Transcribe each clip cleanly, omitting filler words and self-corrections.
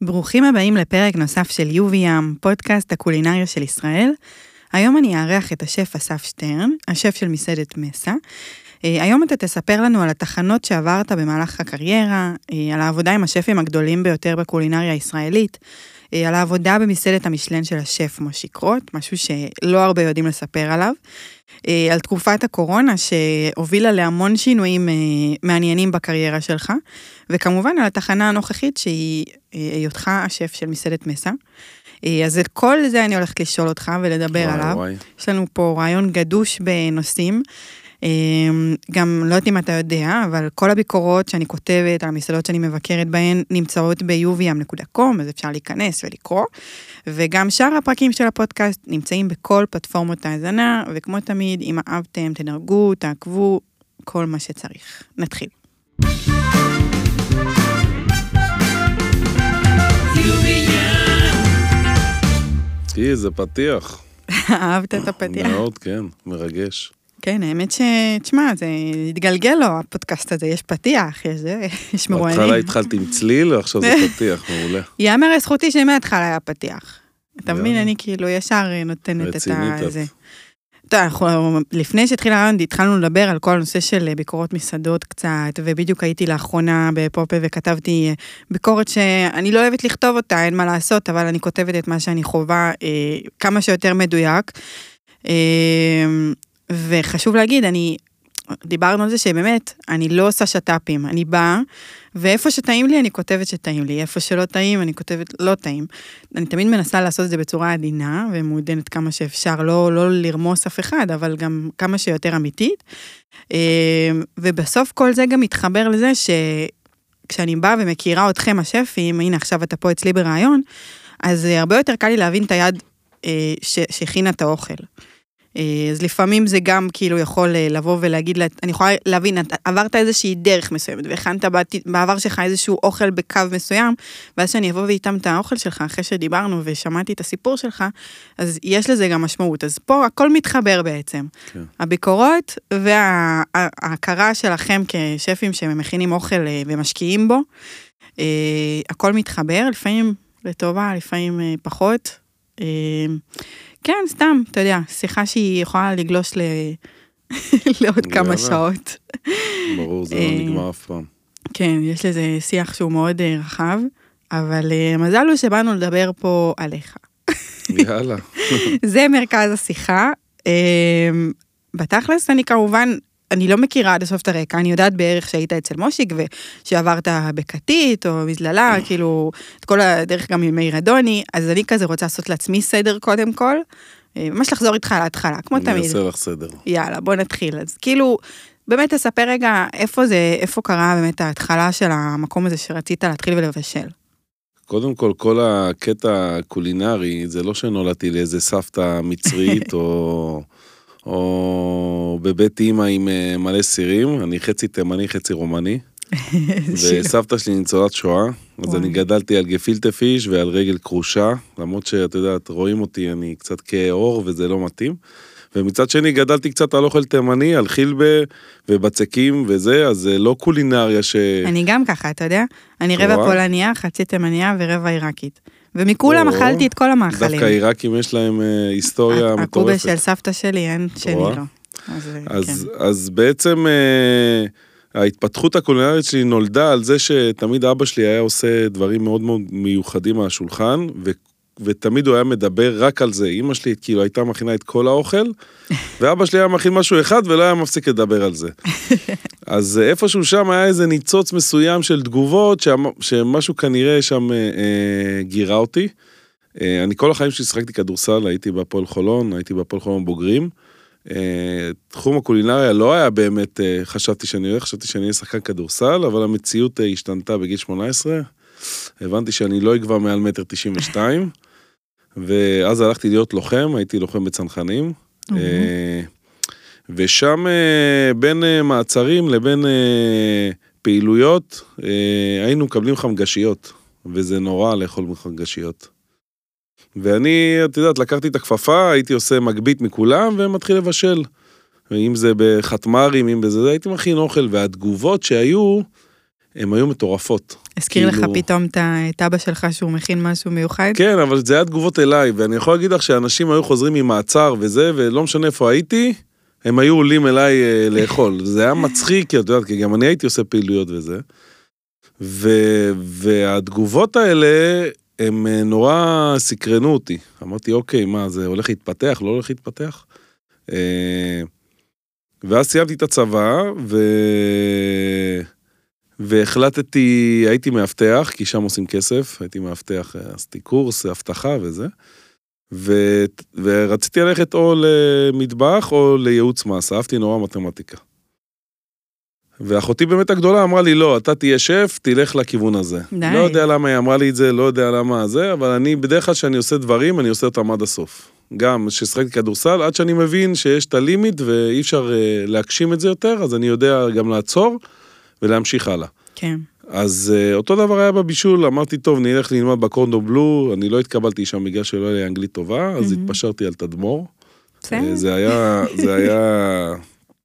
ברוכים הבאים לפרק נוסף של יובי-ים, פודקאסט הקולינריה של ישראל. היום אני אארח את השף אסף שטרן, השף של מסעדת מסה. היום אתה תספר לנו על התחנות שעברת במהלך הקריירה, על העבודה עם השפים הגדולים ביותר בקולינריה הישראלית, על העבודה במסעדת המשלן של השף מושי קרוט, משהו שלא הרבה יודעים לספר עליו, על תקופת הקורונה שהובילה להמון שינויים מעניינים בקריירה שלך, וכמובן על התחנה הנוכחית שהיא היותך השף של מסעדת מסה. אז את כל זה אני הולכת לשאול אותך ולדבר עליו. יש לנו פה רעיון גדוש בנושאים, גם לא יודעת אם אתה יודע, אבל כל הביקורות שאני כותבת על המסעדות שאני מבקרת בהן נמצאות ב-uvm.com, אז אפשר להיכנס ולקרוא, וגם שאר הפרקים של הפודקאסט נמצאים בכל פלטפורמות ההאזנה, וכמו תמיד, אם אהבתם, תדרגו, תעקבו, כל מה שצריך. נתחיל. זה פתיח. אהבת את הפתיח? מאוד, כן, מרגש. כן, האמת שתשמע, זה התגלגל לו, הפודקאסט הזה, יש פתיח, יש מרואיינים. בהתחלה התחלתי עם צליל, ועכשיו זה פתיח, מעולה. יאמר זכותי שמההתחלה היה פתיח. אתה מבין, אני כאילו ישר נותנת את זה. טוב, לפני שהתחיל הרעיון, התחלנו לדבר על כל הנושא של ביקורות מסעדות קצת, ובדיוק הייתי לאחרונה בפופ וכתבתי ביקורת שאני לא אוהבת לכתוב אותה, אין מה לעשות, אבל אני כותבת את מה שאני חובה כמה שיותר מדויק. וחשוב להגיד, דיברנו על זה שבאמת, אני לא עושה שטאפים, אני באה, ואיפה שטעים לי, אני כותבת שטעים לי, איפה שלא טעים, אני כותבת לא טעים. אני תמיד מנסה לעשות את זה בצורה עדינה, ומעודנת כמה שאפשר, לא לרמוס אף אחד, אבל גם כמה שיותר אמיתית. ובסוף כל זה גם מתחבר לזה, שכשאני באה ומכירה אתכם השפים, הנה עכשיו אתה פה אצלי ברעיון, אז הרבה יותר קל לי להבין את היד שהכינה את האוכל. אז לפעמים זה גם כאילו יכול לבוא ולהגיד, אני יכולה להבין, עברת איזושהי דרך מסוימת, והכנת בעבר שלך איזשהו אוכל בקו מסוים, ואז שאני אבוא ואיתם את האוכל שלך, אחרי שדיברנו ושמעתי את הסיפור שלך, אז יש לזה גם משמעות. אז פה הכל מתחבר בעצם. כן. הביקורות וההכרה שלכם כשפים שמכינים אוכל ומשקיעים בו, הכל מתחבר, לפעמים לטובה, לפעמים פחות. כן, סתם, אתה יודע, שיחה שהיא יכולה לגלוש לעוד כמה שעות. ברור, זה לא נגמר אף פעם. כן, יש לזה שיח שהוא מאוד רחב, אבל מזל הוא שבאנו לדבר פה עליך. יאללה. זה מרכז השיחה. בתכלס, אני כמובן, אני לא מכירה עד הסוף את הרקע, אני יודעת בערך שהיית אצל מושיק, ושעברת בקטית או מזללה, כאילו, את כל הדרך גם עם מאיר אדוני, אז אני כזה רוצה לעשות לעצמי סדר קודם כל, ממש לחזור איתך להתחלה, כמו תמיד. אני אעשה לך סדר. יאללה, בוא נתחיל. אז כאילו, באמת תספר רגע, איפה קרה באמת ההתחלה של המקום הזה שרצית להתחיל ולבשל? קודם כל, כל הקטע הקולינרי, זה לא שנולדתי לאיזה סבתא מצרית או בבית אימא עם מלא סירים, אני חצי תימני, חצי רומני, וסבתא שלי ניצולת שואה, אז אני גדלתי על גפילטה פיש ועל רגל קרושה, למרות שאת יודעת, רואים אותי, אני קצת כאור וזה לא מתאים, ומצד שני גדלתי קצת על אוכל תימני, על חילבה ובצקים וזה, אז זה לא קולינריה אני גם ככה, אתה יודע? אני רבע פולניה, חצי תימניה ורבע עיראקית. ומכולם אכלתי את כל המאכלים. דווקא עיראקים יש להם היסטוריה מטורפת. הקובה של סבתא שלי, אין שני לא. אז בעצם ההתפתחות הקולינרית שלי נולדה על זה שתמיד אבא שלי היה עושה דברים מאוד מאוד מיוחדים על השולחן, ותמיד הוא היה מדבר רק על זה. אמא שלי כאילו הייתה מכינה את כל האוכל, ואבא שלי היה מכין משהו אחד ולא היה מפסיק לדבר על זה. אז איפשהו שם היה איזה ניצוץ מסוים של תגובות, שמשהו כנראה שם גירה אותי. אני כל החיים שלי שחקתי כדורסל, הייתי בהפועל חולון, הייתי בהפועל חולון בוגרים. תחום הקולינריה לא היה באמת, חשבתי שאני אהיה שחקן כדורסל, אבל המציאות השתנתה בגיל 18. הבנתי שאני לא אגבה מעל 1.92 מטר, ואז הלכתי להיות לוחם, הייתי לוחם בצנחנים, ושם בין מעצרים לבין פעילויות, היינו מקבלים חמגשיות, וזה נורא לאכול חמגשיות. ואני, את יודעת, לקחתי את הכפפה, הייתי עושה מגבית מכולם, ומתחיל לבשל. אם זה בחתמרים, אם בזה, הייתי מכין אוכל, והתגובות שהיו, הן היו מטורפות. הזכיר לך פתאום את אבא שלך שהוא מכין משהו מיוחד? כן, אבל זה היה תגובות אליי, ואני יכול להגיד לך שאנשים היו חוזרים ממעצר וזה, ולא משנה איפה הייתי, הם היו עולים אליי לאכול. זה היה מצחיק, כי את יודעת, כי גם אני הייתי עושה פעילויות וזה. והתגובות האלה, הם נורא סקרנו אותי. אמרתי, אוקיי, מה, זה הולך להתפתח, לא הולך להתפתח? ואז סיימתי את הצבא, והחלטתי, הייתי מאבטח, כי שם עושים כסף, הייתי מאבטח, עשיתי קורס, הבטחה וזה, ורציתי ללכת או למטבח או לייעוץ מס, אהבתי נורא מתמטיקה. ואחותי באמת הגדולה אמרה לי, לא, אתה תהיה שף, תלך לכיוון הזה. די. לא יודע למה היא אמרה לי את זה, לא יודע למה זה, אבל אני בדרך כלל שאני עושה דברים, אני עושה אותם עד הסוף. גם ששחקתי כדורסל, עד שאני מבין שיש את הלימיט, ואי אפשר להגשים את זה יותר, אז אני יודע גם לעצור, ולהמשיך הלאה. כן. אז אותו דבר היה בבישול, אמרתי, טוב, נלך ללמוד בקורדון בלו, אני לא התקבלתי שם בגלל שלא היה לי אנגלית טובה, אז התפשרתי על תדמור. זה היה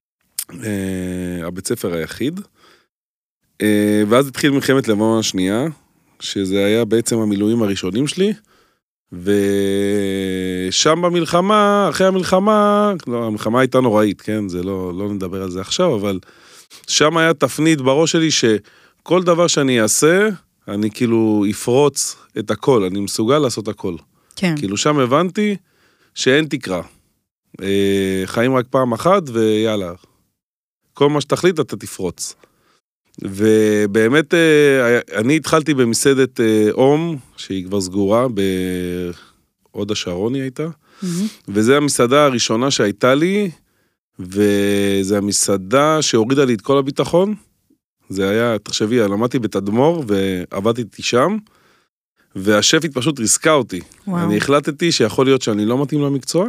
הבית ספר היחיד. ואז התחיל מלחמת לבנון השנייה, שזה היה בעצם המילואים הראשונים שלי, ושם במלחמה, אחרי המלחמה, לא, המלחמה הייתה נוראית, כן? זה לא נדבר על זה עכשיו, אבל שם היה תפנית בראש שלי שכל דבר שאני אעשה, אני כאילו אפרוץ את הכל, אני מסוגל לעשות הכל. כן. כאילו שם הבנתי שאין תקרה. חיים רק פעם אחת ויאללה. כל מה שתחליט אתה תפרוץ. ובאמת אני התחלתי במסעדת אום, שהיא כבר סגורה, בהוד השרון היא הייתה, וזו המסעדה הראשונה שהייתה לי, וזו המסעדה שהורידה לי את כל הביטחון, זה היה, תחשבי, למדתי בתדמור, ועבדתי איתי שם, והשפית פשוט ריסקה אותי. וואו. אני החלטתי שיכול להיות שאני לא מתאים למקצוע,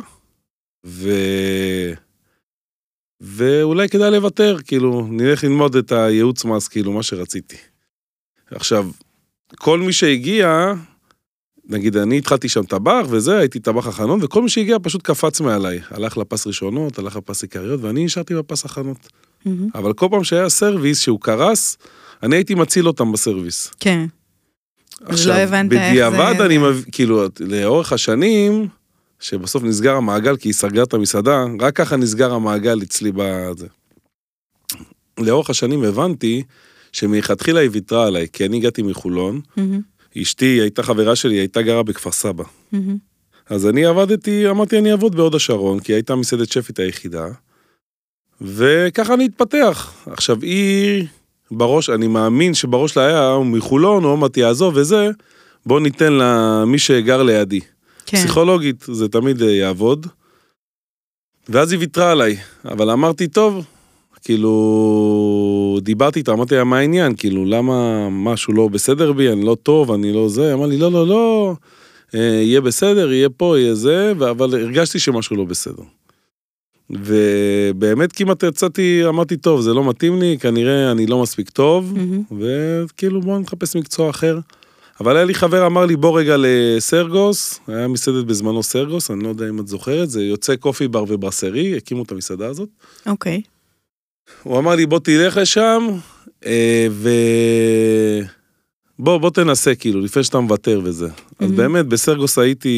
ואולי כדאי לוותר, כאילו, נלך ללמוד את הייעוץ מס, כאילו, מה שרציתי. עכשיו, כל מי שהגיע, נגיד, אני התחלתי שם טבח, וזה, הייתי טבח החנות, וכל מי שהגיע פשוט קפץ מעליי. הלך לפס ראשונות, הלך לפס עיקריות, ואני נשארתי בפס החנות. אבל כל פעם שהיה סרוויס שהוא קרס, אני הייתי מציל אותם בסרוויס. כן. עכשיו, לא בדיעבד אני, כאילו, לאורך השנים, שבסוף נסגר המעגל, כי היא סגרה את המסעדה, רק ככה נסגר המעגל אצלי בזה. לאורך השנים הבנתי, שמלכתחילה היא ויתרה עליי, כי אני הגעתי מחולון, אשתי הייתה חברה שלי, היא הייתה גרה בכפר סבא. אז אני עבדתי, אמרתי אני אעבוד בהוד השרון, כי הייתה מסעדת שפית היחידה, וככה אני התפתח. עכשיו היא, בראש, אני מאמין שבראש לה היה, מחולון, הוא אמרתי, עזוב וזה, בוא ניתן למי שגר לידי. כן. פסיכולוגית, זה תמיד יעבוד. ואז היא ויתרה עליי, אבל אמרתי, טוב, כאילו, דיברתי איתה, אמרתי לה, מה העניין? כאילו, למה משהו לא בסדר בי, אני לא טוב, אני לא זה, אמר לי, לא, יהיה בסדר, יהיה פה, יהיה זה, אבל הרגשתי שמשהו לא בסדר. ובאמת כמעט יצאתי, אמרתי, טוב, זה לא מתאים לי, כנראה אני לא מספיק טוב, וכאילו, בוא נחפש מקצוע אחר. אבל היה לי חבר, אמר לי, בוא רגע לסרגוס, היה מסעדת בזמנו סרגוס, אני לא יודע אם את זוכרת, זה יוצא קופי בר וברסרי, הקימו את המסעדה הזאת. אוקיי. הוא אמר לי, בוא תלך לשם, בוא תנסה, כאילו, לפני שאתה מוותר וזה. אז באמת, בסרגוס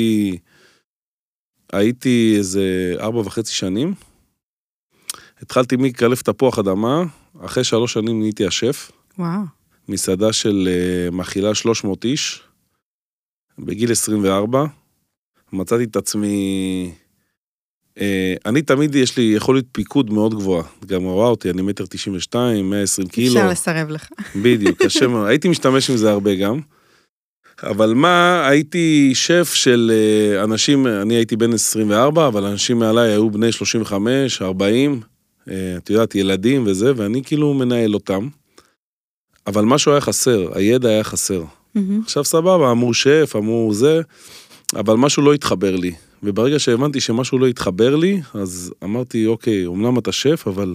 הייתי איזה 4.5 שנים, התחלתי מקלף תפוח אדמה, אחרי 3 שנים נהייתי השף. וואו. מסעדה של מכילה 300 איש, בגיל 24, מצאתי את עצמי, אני תמיד יש לי יכולת פיקוד מאוד גבוהה, גם רואה אותי, אני 1.92 מטר, 120 קילו. אפשר לסרב לך. בדיוק, קשה מאוד, הייתי משתמש עם זה הרבה גם, אבל מה, הייתי שף של אנשים, אני הייתי בן 24, אבל אנשים מעליי היו בני 35, 40, את יודעת, ילדים וזה, ואני כאילו מנהל אותם. אבל משהו היה חסר, הידע היה חסר. עכשיו סבבה, אמרו שף, אמרו זה, אבל משהו לא התחבר לי. וברגע שהבנתי שמשהו לא התחבר לי, אז אמרתי, אוקיי, אומנם אתה שף, אבל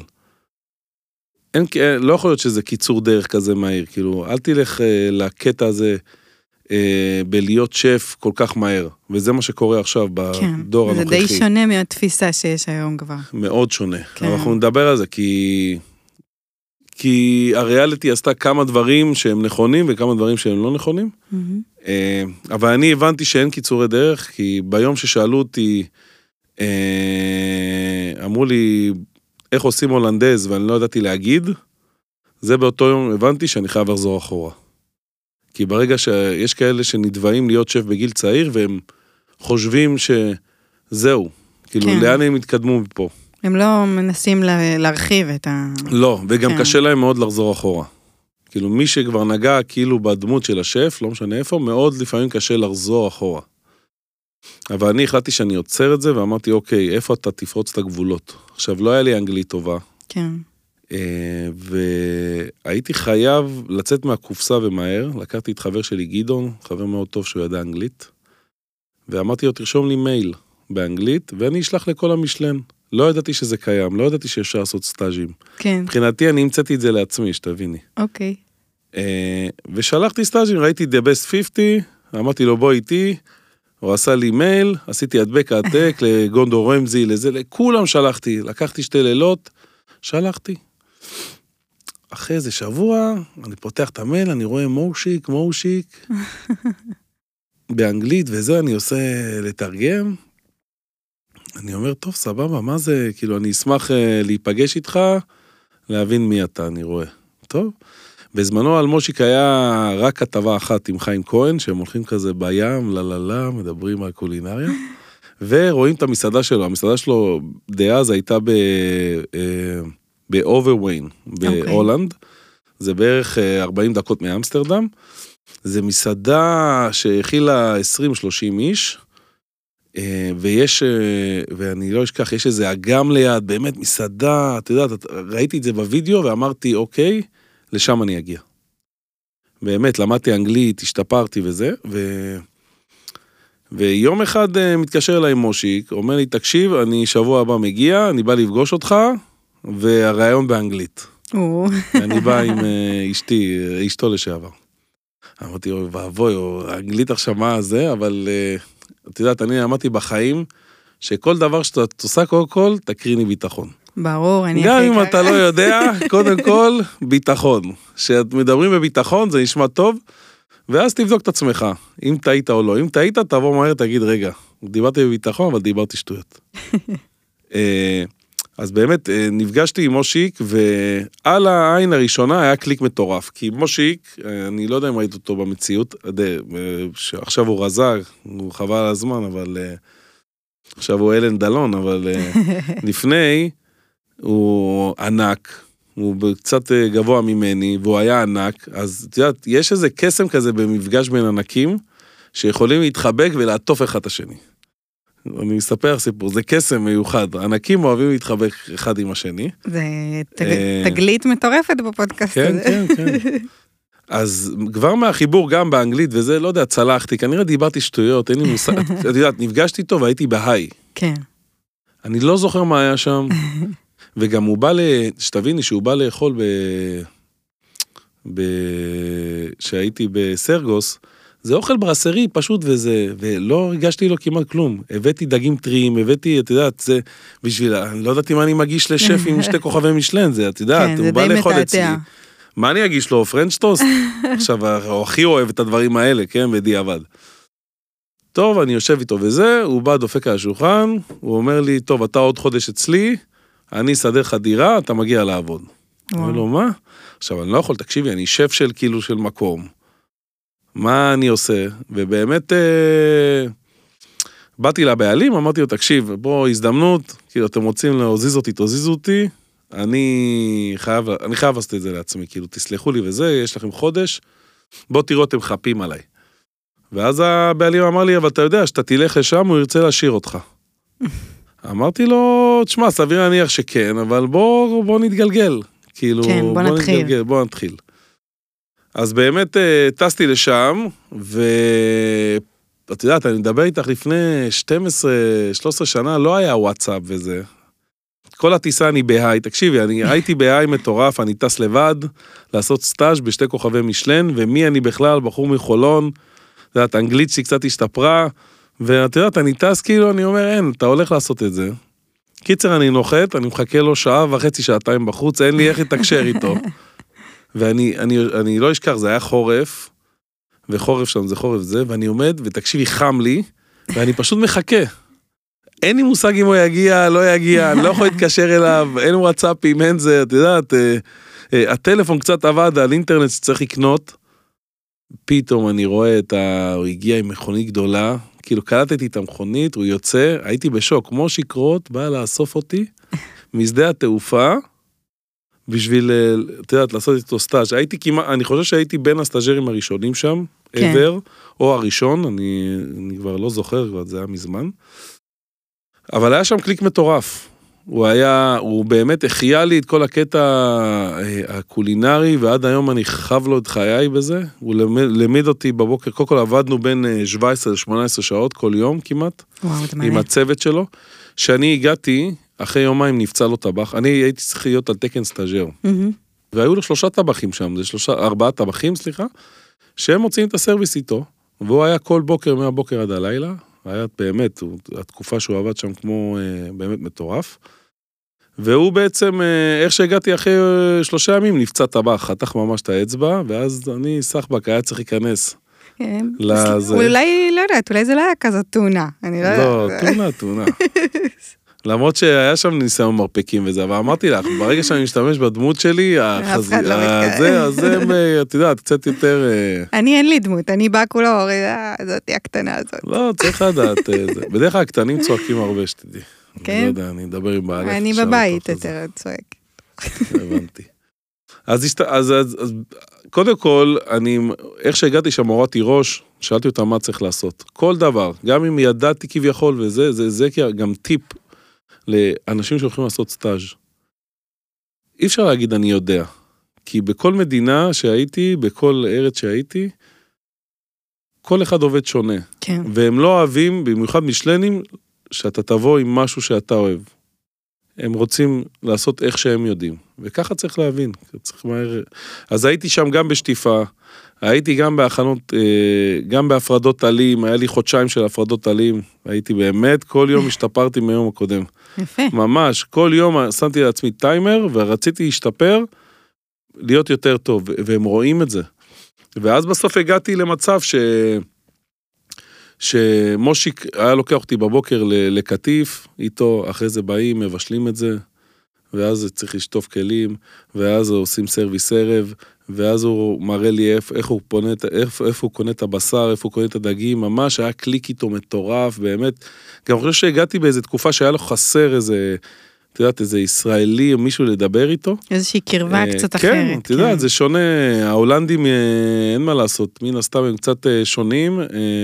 לא יכול להיות שזה קיצור דרך כזה מהיר. כאילו, אל תלך לקטע הזה בלהיות שף כל כך מהר. וזה מה שקורה עכשיו בדור הנוכחי. זה די שונה מהתפיסה שיש היום כבר. מאוד שונה. אנחנו נדבר על זה, כי הריאליטי עשתה כמה דברים שהם נכונים, וכמה דברים שהם לא נכונים. אבל אני הבנתי שאין קיצורי דרך, כי ביום ששאלו אותי, אמרו לי, איך עושים הולנדז, ואני לא ידעתי להגיד, זה באותו יום הבנתי שאני חייב לחזור אחורה. כי ברגע שיש כאלה שנדבעים להיות שף בגיל צעיר, והם חושבים שזהו, כאילו לאן הם התקדמו מפה. הם לא מנסים להרחיב את ה... לא, וגם קשה להם מאוד לחזור אחורה. כאילו מי שכבר נגע כאילו בדמות של השף, לא משנה איפה, מאוד לפעמים קשה לחזור אחורה. אבל אני החלטתי שאני עוצר את זה, ואמרתי, אוקיי, איפה אתה תפרוץ את הגבולות? עכשיו, לא היה לי אנגלית טובה. כן. והייתי חייב לצאת מהקופסה ומהר, לקחתי את חבר שלי גדעון, חבר מאוד טוב שהוא ידע אנגלית, ואמרתי לו, תרשום לי מייל באנגלית, ואני אשלח לכל המשלן. לא ידעתי שזה קיים, לא ידעתי שאפשר לעשות סטאז'ים. כן. מבחינתי אני המצאתי את זה לעצמי, שתביני. אוקיי. ושלחתי סטאז'ים, ראיתי The Best 50, אמרתי לו בוא איתי, הוא עשה לי מייל, עשיתי הדבק העתק לגונדור רמזי, לזה, לכולם שלחתי, לקחתי 2 לילות, שלחתי. אחרי איזה שבוע, אני פותח את המייל, אני רואה מושיק, באנגלית, וזה אני עושה לתרגם. אני אומר, טוב, סבבה, מה זה? כאילו, אני אשמח להיפגש איתך, להבין מי אתה, אני רואה. טוב. בזמנו על מושיק היה רק כתבה אחת עם חיים כהן, שהם הולכים כזה בים, מדברים על קולינריה, ורואים את המסעדה שלו. המסעדה שלו דאז הייתה באוברוויין, בהולנד. זה בערך 40 דקות מאמסטרדם. זה מסעדה שהכילה 20-30 איש, ויש, ואני לא אשכח, יש איזה אגם ליד, באמת מסעדה, אתה יודע, ראיתי את זה בווידאו ואמרתי, אוקיי, לשם אני אגיע. באמת, למדתי אנגלית, השתפרתי וזה, ויום אחד מתקשר אליי מושיק, אומר לי, תקשיב, אני שבוע הבא מגיע, אני בא לפגוש אותך, והרעיון באנגלית. אני בא עם אשתו לשעבר. אמרתי, אוי ואבוי, האנגלית עכשיו מה זה, אבל את יודעת, אני אמרתי בחיים, שכל דבר שאתה עושה קודם כל, תקריני ביטחון. ברור, אני גם אם אתה לא יודע, קודם כל, ביטחון. כשאת מדברים בביטחון, זה נשמע טוב, ואז תבדוק את עצמך, אם טעית או לא. אם טעית, תבוא מהר, תגיד, רגע, דיברתי בביטחון, אבל דיברתי שטויות. אז באמת, נפגשתי עם מושיק, ועל העין הראשונה היה קליק מטורף, כי מושיק, אני לא יודע אם ראית אותו במציאות, שעכשיו הוא רזק, הוא חבל על הזמן, אבל עכשיו הוא אלן דלון, אבל לפני, הוא ענק, הוא קצת גבוה ממני, והוא היה ענק, אז את יודעת, יש איזה קסם כזה במפגש בין ענקים, שיכולים להתחבק ולעטוף אחד את השני. אני מספר סיפור, זה קסם מיוחד, ענקים אוהבים להתחבק אחד עם השני. זה תגלית מטורפת בפודקאסט הזה. כן, כן, כן. אז כבר מהחיבור גם באנגלית, וזה, לא יודע, צלחתי, כנראה דיברתי שטויות, אין לי מושג, את יודעת, נפגשתי איתו והייתי בהיי. כן. אני לא זוכר מה היה שם, וגם הוא בא שתביני שהוא בא לאכול שהייתי בסרגוס, זה אוכל ברסרי פשוט וזה, ולא הרגשתי לו כמעט כלום. הבאתי דגים טריים, הבאתי, את יודעת, זה בשביל, אני לא יודעת אם אני מגיש לשף עם 2 כוכבי משלן, זה, את יודעת, הוא בא לאכול אצלי. מה אני אגיש לו? פרנץ' טוסט? עכשיו, הוא הכי אוהב את הדברים האלה, כן, בדיעבד. טוב, אני יושב איתו וזה, הוא בא דופק על השולחן, הוא אומר לי, טוב, אתה עוד חודש אצלי, אני אסדר לך דירה, אתה מגיע לעבוד. הוא אומר לו, מה? עכשיו, אני לא יכול, תקשיבי, אני שף של כאילו של מקום. מה אני עושה? ובאמת, באתי לבעלים, אמרתי לו, תקשיב, בוא, הזדמנות, כאילו, אתם רוצים להוזיז אותי, תוזיזו אותי, אני חייב לעשות את זה לעצמי, כאילו, תסלחו לי וזה, יש לכם חודש, בוא תראו, אתם חפים עליי. ואז הבעלים אמר לי, אבל אתה יודע, שאתה תלך לשם, הוא ירצה להשאיר אותך. אמרתי לו, תשמע, סביר להניח שכן, אבל בוא נתגלגל. כאילו, כן, בוא נתחיל. אז באמת טסתי לשם, ואת יודעת, אני מדבר איתך לפני 12-13 שנה, לא היה וואטסאפ וזה. כל הטיסה אני בהיי, תקשיבי, אני הייתי בהיי מטורף, אני טס לבד, לעשות סטאז' ב2 כוכבי משלן, ומי אני בכלל, בחור מחולון, את יודעת, אנגלית שהיא קצת השתפרה, ואת יודעת, אני טס כאילו, אני אומר, אין, אתה הולך לעשות את זה. קיצר, אני נוחת, אני מחכה לו 1.5 שעה, 2 בחוץ, אין לי איך לתקשר איתו. ואני לא אשכח, זה היה חורף, וחורף שם זה חורף זה, ואני עומד, ותקשיבי, חם לי, ואני פשוט מחכה. אין לי מושג אם הוא יגיע, לא יגיע, אני לא יכול להתקשר אליו, אין וואטסאפים, אין זה, את יודעת, הטלפון קצת עבד על אינטרנט שצריך לקנות, פתאום אני רואה הוא הגיע עם מכונית גדולה, כאילו קלטתי את המכונית, הוא יוצא, הייתי בשוק, כמו שקרות, בא לאסוף אותי, משדה התעופה, בשביל, את יודעת, לעשות איתו סטאז'. אני חושב שהייתי בין הסטאז'רים הראשונים שם, ever, או הראשון, אני כבר לא זוכר, זה היה מזמן, אבל היה שם קליק מטורף. הוא באמת החיה לי את כל הקטע הקולינרי, ועד היום אני חב לו את חיי בזה. הוא למד אותי בבוקר, קודם כל עבדנו בין 17 ל-18 שעות כל יום כמעט, עם הצוות שלו. שאני הגעתי, אחרי יומיים נפצע לו טבח, אני הייתי צריך להיות על תקן סטאז'ר. והיו לו 3 טבחים שם, 4 טבחים, סליחה, שהם מוצאים את הסרוויס איתו, והוא היה כל בוקר, מהבוקר עד הלילה, היה באמת, התקופה שהוא עבד שם כמו באמת מטורף, והוא בעצם, איך שהגעתי אחרי 3 ימים, נפצע טבח, חתך ממש את האצבע, ואז אני סחבק, היה צריך להיכנס. אולי, לא יודעת, אולי זה לא היה כזאת תאונה. לא, תאונה. למרות שהיה שם ניסיון מרפקים וזה, אבל אמרתי לך, ברגע שאני משתמש בדמות שלי, אז את יודעת, קצת יותר... אני אין לי דמות, אני באה כולו, זאת הקטנה הזאת. לא, צריך לדעת, בדרך כלל הקטנים צועקים הרבה, שתדעי. אני לא יודע, אני אדבר עם בעלך. אני בבית יותר צועק. הבנתי. אז קודם כל, איך שהגעתי שם הורדתי ראש, שאלתי אותה מה צריך לעשות. כל דבר, גם אם ידעתי כביכול וזה, זה גם טיפ לאנשים שהולכים לעשות סטאז'. אי אפשר להגיד אני יודע. כי בכל מדינה שהייתי, בכל ארץ שהייתי, כל אחד עובד שונה. כן. והם לא אוהבים, במיוחד משלנים, שאתה תבוא עם משהו שאתה אוהב. הם רוצים לעשות איך שהם יודעים. וככה צריך להבין. צריך מהר... אז הייתי שם גם בשטיפה, הייתי גם בהכנות, גם בהפרדות תלים, היה לי חודשיים של הפרדות תלים, הייתי באמת, כל יום השתפרתי מהיום הקודם. יפה. ממש, כל יום שמתי לעצמי טיימר, ורציתי להשתפר, להיות יותר טוב, והם רואים את זה. ואז בסוף הגעתי למצב שמושיק היה לוקח אותי בבוקר לקטיף, איתו, אחרי זה באים, מבשלים את זה, ואז צריך לשטוף כלים, ואז עושים סרוויס ערב, ואז הוא מראה לי איפה הוא קונה את הבשר, איפה הוא קונה את הדגים, ממש היה קליק איתו מטורף, באמת. גם חושב שהגעתי באיזו תקופה שהיה לו חסר איזה, את יודעת, איזה ישראלי או מישהו לדבר איתו. איזושהי קרבה קצת אחרת. כן, את יודעת, זה שונה, ההולנדים אין מה לעשות, מן הסתם הם קצת שונים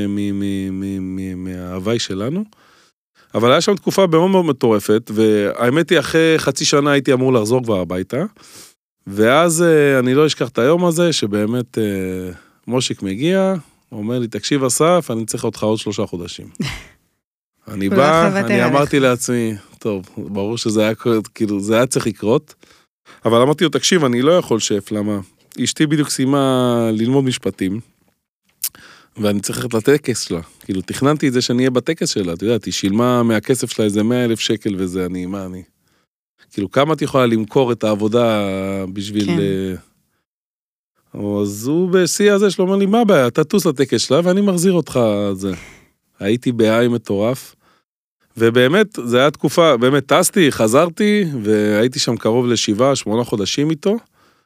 מההווי שלנו. אבל היה שם תקופה מאוד מאוד מטורפת, והאמת היא, אחרי חצי שנה הייתי אמור לחזור כבר הביתה, ואז אני לא אשכח את היום הזה, שבאמת מושיק מגיע, הוא אומר לי, תקשיב אסף, אני צריך אותך עוד 3 חודשים. אני בא, אני אמרתי לעצמי, טוב, ברור שזה היה, כאילו, זה היה צריך לקרות, אבל אמרתי לו, תקשיב, אני לא יכול שף, למה? אשתי בדיוק סיימה ללמוד משפטים, ואני צריך ללכת לטקס שלה, כאילו, תכננתי את זה שאני אהיה בטקס שלה, אתה יודעת, היא שילמה מהכסף שלה איזה 100,000 שקל וזה, מה אני? כאילו, כמה את יכולה למכור את העבודה בשביל... כן. אז הוא בשיא הזה שלו אומר לי, מה הבעיה? אתה טוס לטקס שלה ואני מחזיר אותך על זה. הייתי בעי מטורף, ובאמת, זו הייתה תקופה, באמת טסתי, חזרתי, והייתי שם קרוב ל7-8 חודשים איתו,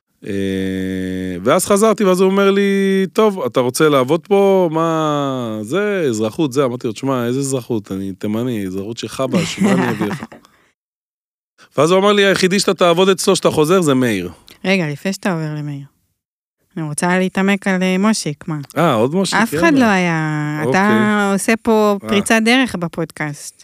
ואז חזרתי, ואז הוא אומר לי, טוב, אתה רוצה לעבוד פה, מה זה, אזרחות, זה, אמרתי לו, תשמע, איזה אזרחות, אני תימני, אזרחות שלך מה אני אביא לך. ואז הוא אמר לי, היחידי שאתה תעבוד אצלו, שאתה חוזר, זה מאיר. רגע, לפני שאתה עובר למאיר. אני רוצה להתעמק על מושיק, מה? עוד מושיק. אף אחד לא היה, אתה עושה פה פריצת דרך בפודקאסט.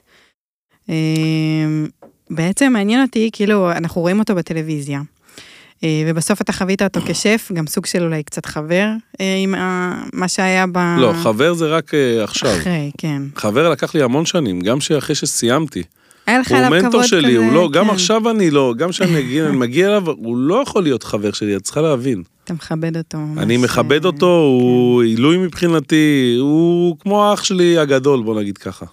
בעצם מעניין אותי, כאילו, אנחנו רואים אותו בטלוויזיה, ובסוף אתה חווית אותו כשף, גם סוג של אולי קצת חבר, עם מה שהיה ב... לא, חבר זה רק עכשיו. אחרי, כן. חבר לקח לי המון שנים, גם שאחרי שסיימתי. היה לך עליו כבוד כזה. הוא מנטור שלי, הוא לא, גם עכשיו אני לא, גם שאני מגיע אליו, הוא לא יכול להיות חבר שלי, את צריכה להבין. אתה מכבד אותו. אני מכבד אותו, הוא עילוי מבחינתי, הוא כמו האח שלי הגדול, בוא נגיד ככה.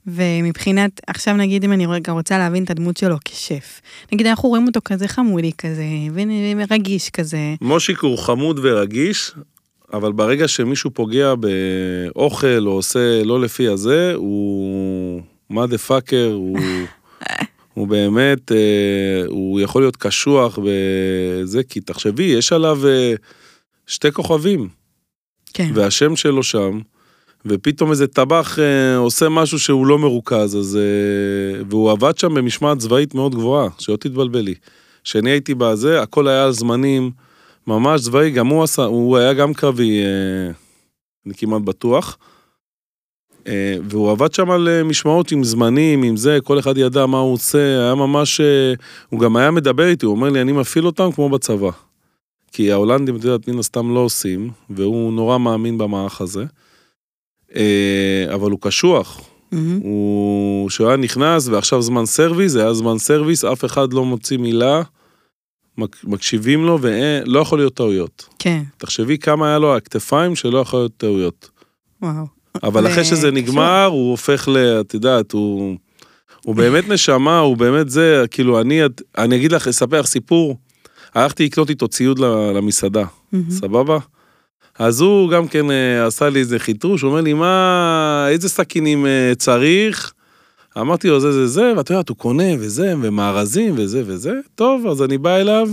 ומבחינת, עכשיו נגיד אם אני רוצה להבין את הדמות שלו כשף, נגיד אנחנו רואים אותו כזה חמודי כזה, ורגיש כזה. מושיק הוא חמוד ורגיש, אבל ברגע שמישהו פוגע באוכל או עושה לא לפי הזה, הוא motherfucker, הוא באמת, הוא יכול להיות קשוח בזה, כי תחשבי, יש עליו 2 כוכבים, כן. והשם שלו שם, ופתאום איזה טבח עושה משהו שהוא לא מרוכז, אז, והוא עבד שם במשמעת צבאית מאוד גבוהה, שלא תתבלבלי. כשאני הייתי בזה, הכל היה על זמנים, ממש צבאי, גם הוא היה גם קרבי, אני כמעט בטוח, והוא עבד שם על משמעות עם זמנים, עם זה, כל אחד ידע מה הוא עושה, היה ממש, הוא גם היה מדבר איתי, הוא אומר לי, אני מפעיל אותם כמו בצבא. כי ההולנדים, אתה יודעת, מן הסתם לא עושים, והוא נורא מאמין במערך הזה. אבל הוא קשוח. שהוא היה נכנס, ועכשיו זמן סרוויס, זה היה זמן סרוויס, אף אחד לא מוציא מילה, מקשיבים לו, ולא יכול להיות טעויות. כן. תחשבי כמה היה לו הכתפיים שלא יכול להיות טעויות. וואו. אבל אחרי שזה נגמר, הוא הופך את יודעת, הוא באמת נשמה, הוא באמת זה, כאילו, אני אגיד לך, אספר לך סיפור, הלכתי לקנות איתו ציוד למסעדה, סבבה? אז הוא גם כן עשה לי איזה חיתוש, הוא אומר לי, איזה סכינים צריך? אמרתי לו, זה, ואתה יודעת, הוא קונה וזה, ומארזים וזה וזה, טוב, אז אני בא אליו,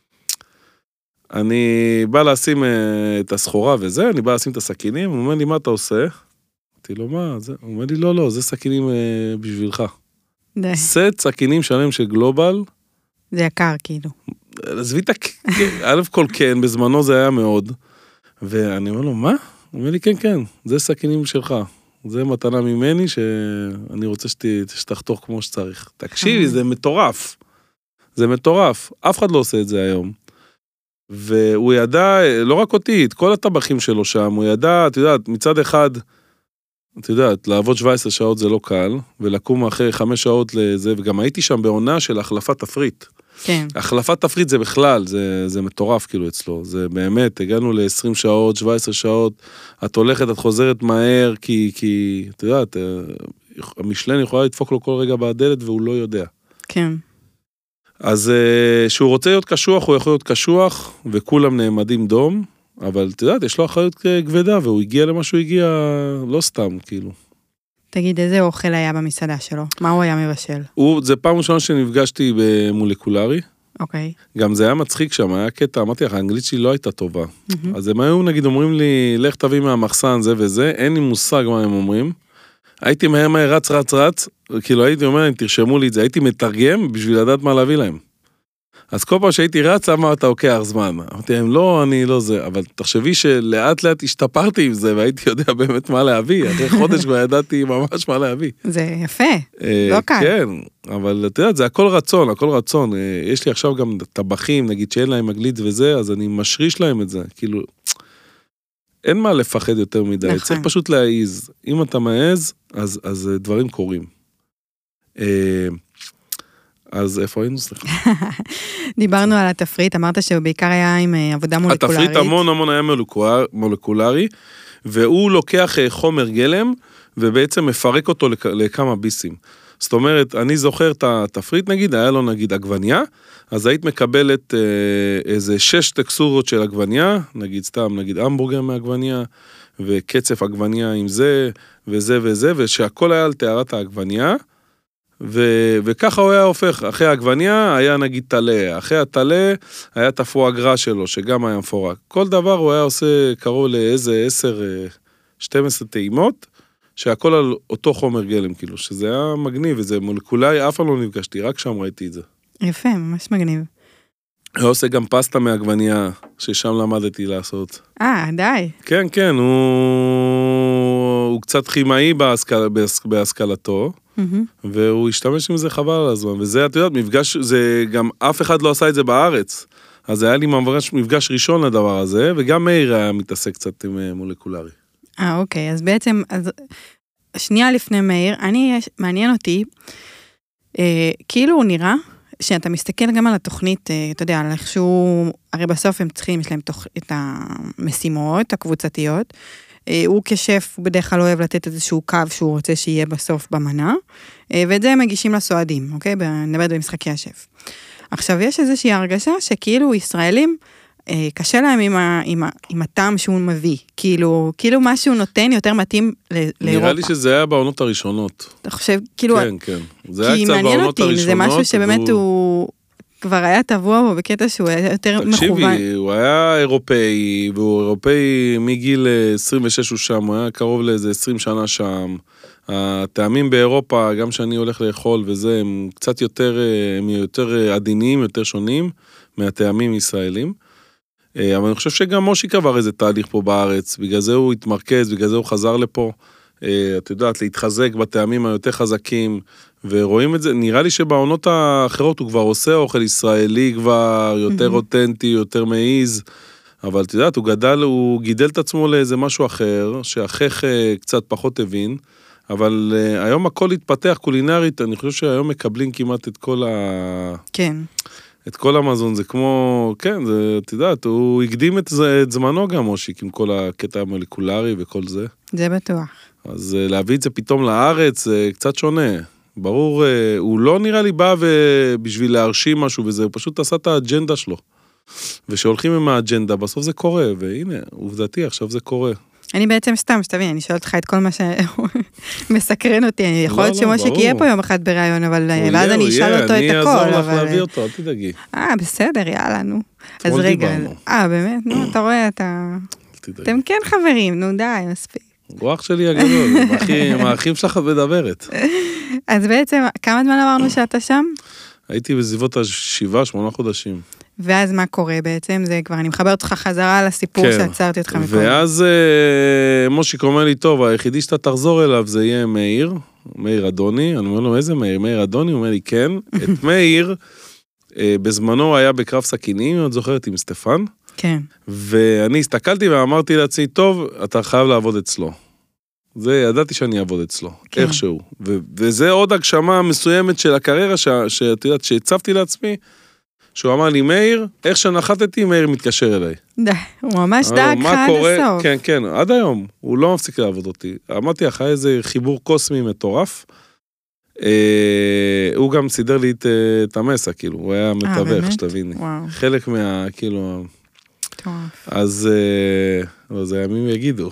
אני בא לשים את הסחורה וזה, אני בא לשים את הסכינים, הוא אומר לי, מה אתה עושה? אמרתי לו, מה? הוא אומר לי, לא, זה סכינים בשבילך. סט סכינים שלם של גלובל. זה יקר, כאילו. עזבי א' כל כן, בזמנו זה היה מאוד. ואני אומר לו, מה? הוא אומר לי, כן, זה סכינים שלך. זה מתנה ממני שאני רוצה שתחתוך כמו שצריך. תקשיבי, זה מטורף. זה מטורף. אף אחד לא עושה את זה היום. והוא ידע, לא רק אותי, את כל הטבחים שלו שם, הוא ידע, את יודעת, מצד אחד, את יודעת, לעבוד 17 שעות זה לא קל, ולקום אחרי 5 שעות לזה, וגם הייתי שם בעונה של החלפת תפריט. כן. החלפת תפריט זה בכלל, זה מטורף כאילו אצלו, זה באמת, הגענו ל-20 שעות, 17 שעות, את הולכת, את חוזרת מהר, כי את יודעת, המשלן יכולה לדפוק לו כל רגע בדלת, והוא לא יודע. כן. אז שהוא רוצה להיות קשוח, הוא יכול להיות קשוח, וכולם נעמדים דום, אבל את יודעת, יש לו אחריות כבדה, והוא הגיע למה שהוא הגיע, לא סתם, כאילו. תגיד, איזה אוכל היה במסעדה שלו? מה הוא היה מבשל? זה פעם ראשונה שנפגשתי במולקולרי. אוקיי. גם זה היה מצחיק שם, היה קטע, אמרתי לך, האנגלית שלי לא הייתה טובה. אז הם היו, נגיד, אומרים לי, לך תביא מהמחסן, זה וזה, אין לי מושג מה הם אומרים. הייתי מהר, רץ, כאילו הייתי אומר, תרשמו לי את זה, הייתי מתרגם בשביל לדעת מה להביא להם. אז כל פעם שהייתי רץ, אמרת, אוקיי, זמן. אמרתי להם, לא, אני לא זה, אבל תחשבי שלאט לאט השתפרתי עם זה, והייתי יודע באמת מה להביא, אחרי חודש כבר ידעתי ממש מה להביא. זה יפה, לא קל. כן, אבל אתה יודעת, זה הכל רצון. יש לי עכשיו גם טבחים, נגיד שאין להם אנגלית וזה, אז אני משריש להם את זה, כאילו, אין מה לפחד יותר מדי, צריך פשוט להעיז. אם אתה מעז, אז דברים קורים. אז איפה היינו? סליחה. דיברנו על התפריט, אמרת שבעיקר היה עם עבודה מולקולרית. התפריט המון היה מולקולרי, והוא לוקח חומר גלם, ובעצם מפרק אותו לכמה ביסים. זאת אומרת, אני זוכר את התפריט, נגיד, היה לו נגיד עגבניה, אז היית מקבלת איזה 6 טקסורות של עגבניה, נגיד סתם, נגיד המבורגר מעגבניה, וקצף עגבניה עם זה, וזה, ושהכל היה על תארת העגבניה, וככה הוא היה הופך, אחרי העגבניה היה נגיד תלה, אחרי התלה היה את הפואגרה שלו, שגם היה מפורק. כל דבר הוא היה עושה קרוב לאיזה 10-12 טעימות, שהכל על אותו חומר גלם, כאילו, שזה היה מגניב, וזה מולקולרי, אף פעם לא נפגשתי, רק שם ראיתי את זה. יפה, ממש מגניב. הוא עושה גם פסטה מעגבניה, ששם למדתי לעשות. די. כן, הוא קצת כימאי בהשכלתו, והוא השתמש עם זה חבל על הזמן, וזה, את יודעת, מפגש, זה גם אף אחד לא עשה את זה בארץ, אז היה לי מפגש ראשון לדבר הזה, וגם מאיר היה מתעסק קצת עם מולקולרי. אוקיי, אז בעצם, שנייה לפני מאיר, מעניין אותי, כאילו הוא נראה, שאתה מסתכל גם על התוכנית, אתה יודע, על איכשהו, הרי בסוף הם צריכים, יש להם את המשימות הקבוצתיות, הוא כשף, הוא בדרך כלל אוהב לתת איזשהו קו שהוא רוצה שיהיה בסוף במנה, ואת זה הם מגישים לסועדים, אוקיי? נדבר במשחקי השף. עכשיו, יש איזושהי הרגשה שכאילו ישראלים, קשה להם עם הטעם שהוא מביא, כאילו מה שהוא נותן יותר מתאים לאירופה. נראה לי שזה היה בעונות הראשונות. אתה חושב, כאילו... כן, כן. זה היה קצת בעונות הראשונות. זה משהו שבאמת הוא כבר היה טבוע בו בקטע שהוא היה יותר מכוון. תקשיבי, הוא היה אירופאי, והוא אירופאי מגיל 26 הוא שם, הוא היה קרוב לאיזה 20 שנה שם. הטעמים באירופה, גם שאני הולך לאכול וזה, הם קצת יותר עדינים, יותר שונים מהטעמים ישראלים. אבל אני חושב שגם מושיק עבר איזה תהליך פה בארץ, בגלל זה הוא התמרכז, בגלל זה הוא חזר לפה, את יודעת, להתחזק בטעמים היותר חזקים, ורואים את זה, נראה לי שבעונות האחרות הוא כבר עושה אוכל ישראלי כבר, יותר אותנטי, יותר מעיז, אבל את יודעת, הוא גידל את עצמו לאיזה משהו אחר, שאחך קצת פחות הבין, אבל היום הכל התפתח קולינרית, אני חושב שהיום מקבלים כמעט את כל כן. את כל המזון, זה כמו, כן, זה, את יודעת, הוא הקדים את זמנו גם, מושיק, עם כל הקטע המולקולרי וכל זה. זה בטוח. אז להביא את זה פתאום לארץ, זה קצת שונה. ברור, הוא לא נראה לי בא בשביל להרשים משהו וזה, הוא פשוט עשה את האג'נדה שלו. ושהולכים עם האג'נדה, בסוף זה קורה, והנה, עובדתי, עכשיו זה קורה. אני בעצם סתם, שתבין, אני שואלת לך את כל מה שמסקרן אותי, יכול להיות שמושיק יהיה פה יום אחד בראיון, אבל ואז אני אשאל אותו את הכל. אני אעזור לך להביא אותו, אל תדאגי. בסדר, יאללה, נו. אז רגע, באמת, נו, אתה רואה, אתם כן חברים, נו די, מספיק. רוח שלי הגדול, האחים שלך מדברת. אז בעצם, כמה זמן אמרנו שאתה שם? הייתי בסביבות 7-8 חודשים. ואז מה קורה בעצם? זה כבר, אני מחבר אותך חזרה לסיפור שעצרתי אותך מקודם. ואז מושיק אומר לי, טוב, היחידי שאתה תחזור אליו זה יהיה מאיר אדוני, אני אומר לו, איזה מאיר? מאיר אדוני? הוא אומר לי, כן. את מאיר, בזמנו היה בקרב סכינים, את זוכרת, עם סטפן. כן. ואני הסתכלתי ואמרתי לעצמי, טוב, אתה חייב לעבוד אצלו. זה, ידעתי שאני אעבוד אצלו, כן. איכשהו. וזה עוד הגשמה מסוימת של הקריירה, שאת יודעת, שהצבתי לעצמי, שהוא אמר לי, מאיר, איך שנחתתי, מאיר מתקשר אליי. הוא ממש דאג לך עד הסוף. כן, כן, עד היום, הוא לא מפסיק לעבוד אותי. אמרתי, אחרי איזה חיבור קוסמי מטורף, הוא גם סידר לי את המסע, כאילו, הוא היה מתווך, שתביני. חלק מה, כאילו... אז זה ימים יגידו.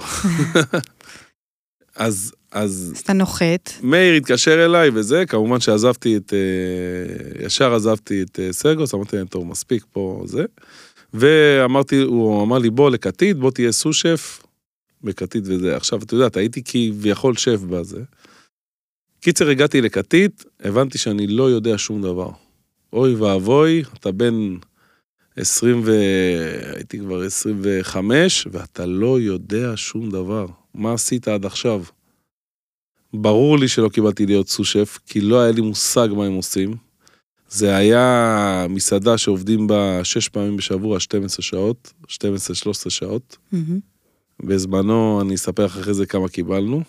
אז אתה נוחת. מאיר התקשר אליי וזה, כמובן שעזבתי ישר עזבתי את סרגוס, אמרתי להם, טוב, מספיק פה זה, הוא אמר לי, בוא לקטית, בוא תהיה סו-שף, בקטית וזה. עכשיו, אתה יודעת, הייתי כביכול שף בזה. קיצר, הגעתי לקטית, הבנתי שאני לא יודע שום דבר. אוי ואבוי, אתה בן 20 הייתי כבר 25, ואתה לא יודע שום דבר. מה עשית עד עכשיו? ברור לי שלא קיבלתי להיות סו-שף, כי לא היה לי מושג מה הם עושים. זה היה מסעדה שעובדים בה 6 פעמים בשבוע, 12 שעות, 12-13 שעות. בזמנו, אני אספר לך אחרי זה כמה קיבלנו.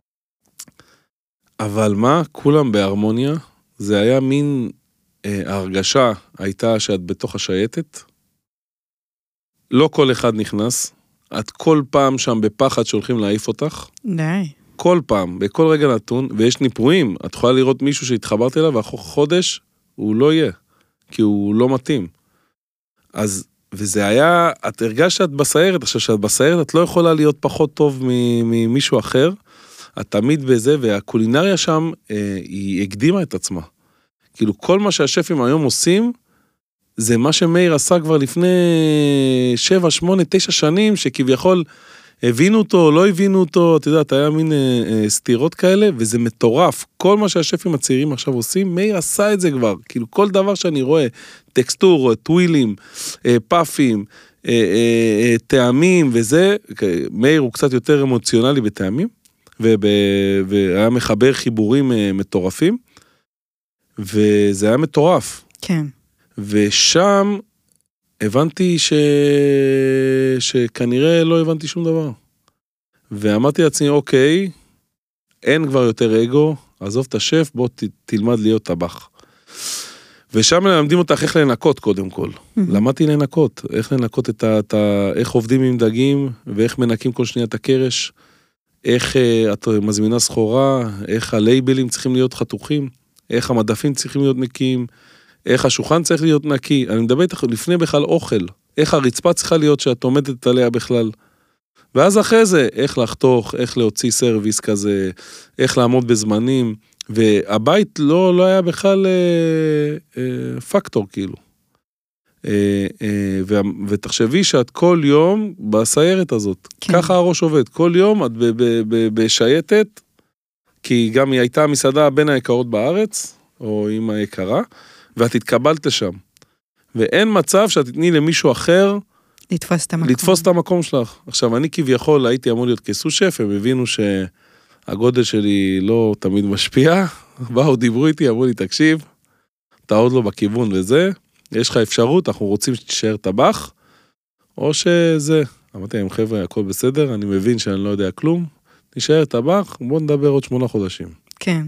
אבל מה? כולם בהרמוניה. זה היה מין ההרגשה הייתה שאת בתוך השייטת. לא כל אחד נכנס. את כל פעם שם בפחד שהולכים להעיף אותך. די. כל פעם, בכל רגע נתון, ויש ניפויים. את יכולה לראות מישהו שהתחברת אליו, ואחרי חודש הוא לא יהיה, כי הוא לא מתאים. אז, וזה היה, את הרגשת שאת בסיירת, עכשיו שאת בסיירת, את לא יכולה להיות פחות טוב ממישהו אחר, את תמיד בזה, והקולינריה שם, היא הקדימה את עצמה. כאילו, כל מה שהשפים היום עושים, זה מה שמאיר עשה כבר לפני 7, 8, 9 שנים, שכביכול הבינו אותו, לא הבינו אותו, אתה יודע, היה מין סתירות כאלה, וזה מטורף. כל מה שהשפים הצעירים עכשיו עושים, מאיר עשה את זה כבר. כאילו, כל דבר שאני רואה, טקסטור, טווילים, פאפים, טעמים וזה, מאיר הוא קצת יותר אמוציונלי בטעמים, והיה מחבר חיבורים מטורפים, וזה היה מטורף. כן. ושם הבנתי שכנראה לא הבנתי שום דבר. ואמרתי לעצמי, אוקיי, אין כבר יותר אגו, עזוב את השף, בוא תלמד להיות טבח. ושם מלמדים אותך איך לנקות קודם כל. למדתי לנקות, איך לנקות איך עובדים עם דגים, ואיך מנקים כל שנייה את הקרש, איך את מזמינה סחורה, איך הלייבלים צריכים להיות חתוכים, איך המדפים צריכים להיות נקיים, איך השולחן צריך להיות נקי, אני מדבר איתך לפני בכלל אוכל, איך הרצפה צריכה להיות שאת עומדת עליה בכלל, ואז אחרי זה, איך לחתוך, איך להוציא סרוויס כזה, איך לעמוד בזמנים, והבית לא היה בכלל פקטור כאילו. ותחשבי שאת כל יום בסיירת הזאת, כן. ככה הראש עובד, כל יום את בשייטת, כי גם היא הייתה מסעדה בין היקרות בארץ, או עם היקרה, ואת התקבלת שם. ואין מצב שאת תתני למישהו אחר, לתפוס את המקום שלך. עכשיו, אני כביכול הייתי אמור להיות כסוס שף, הם הבינו שהגודל שלי לא תמיד משפיע, באו, דיברו איתי, אמרו לי, תקשיב, אתה עוד לא בכיוון וזה, יש לך אפשרות, אנחנו רוצים שתישאר טבח, או שזה, אמרתי להם, חבר'ה, הכל בסדר, אני מבין שאני לא יודע כלום, נשאר טבח, בואו נדבר עוד 8 חודשים. כן.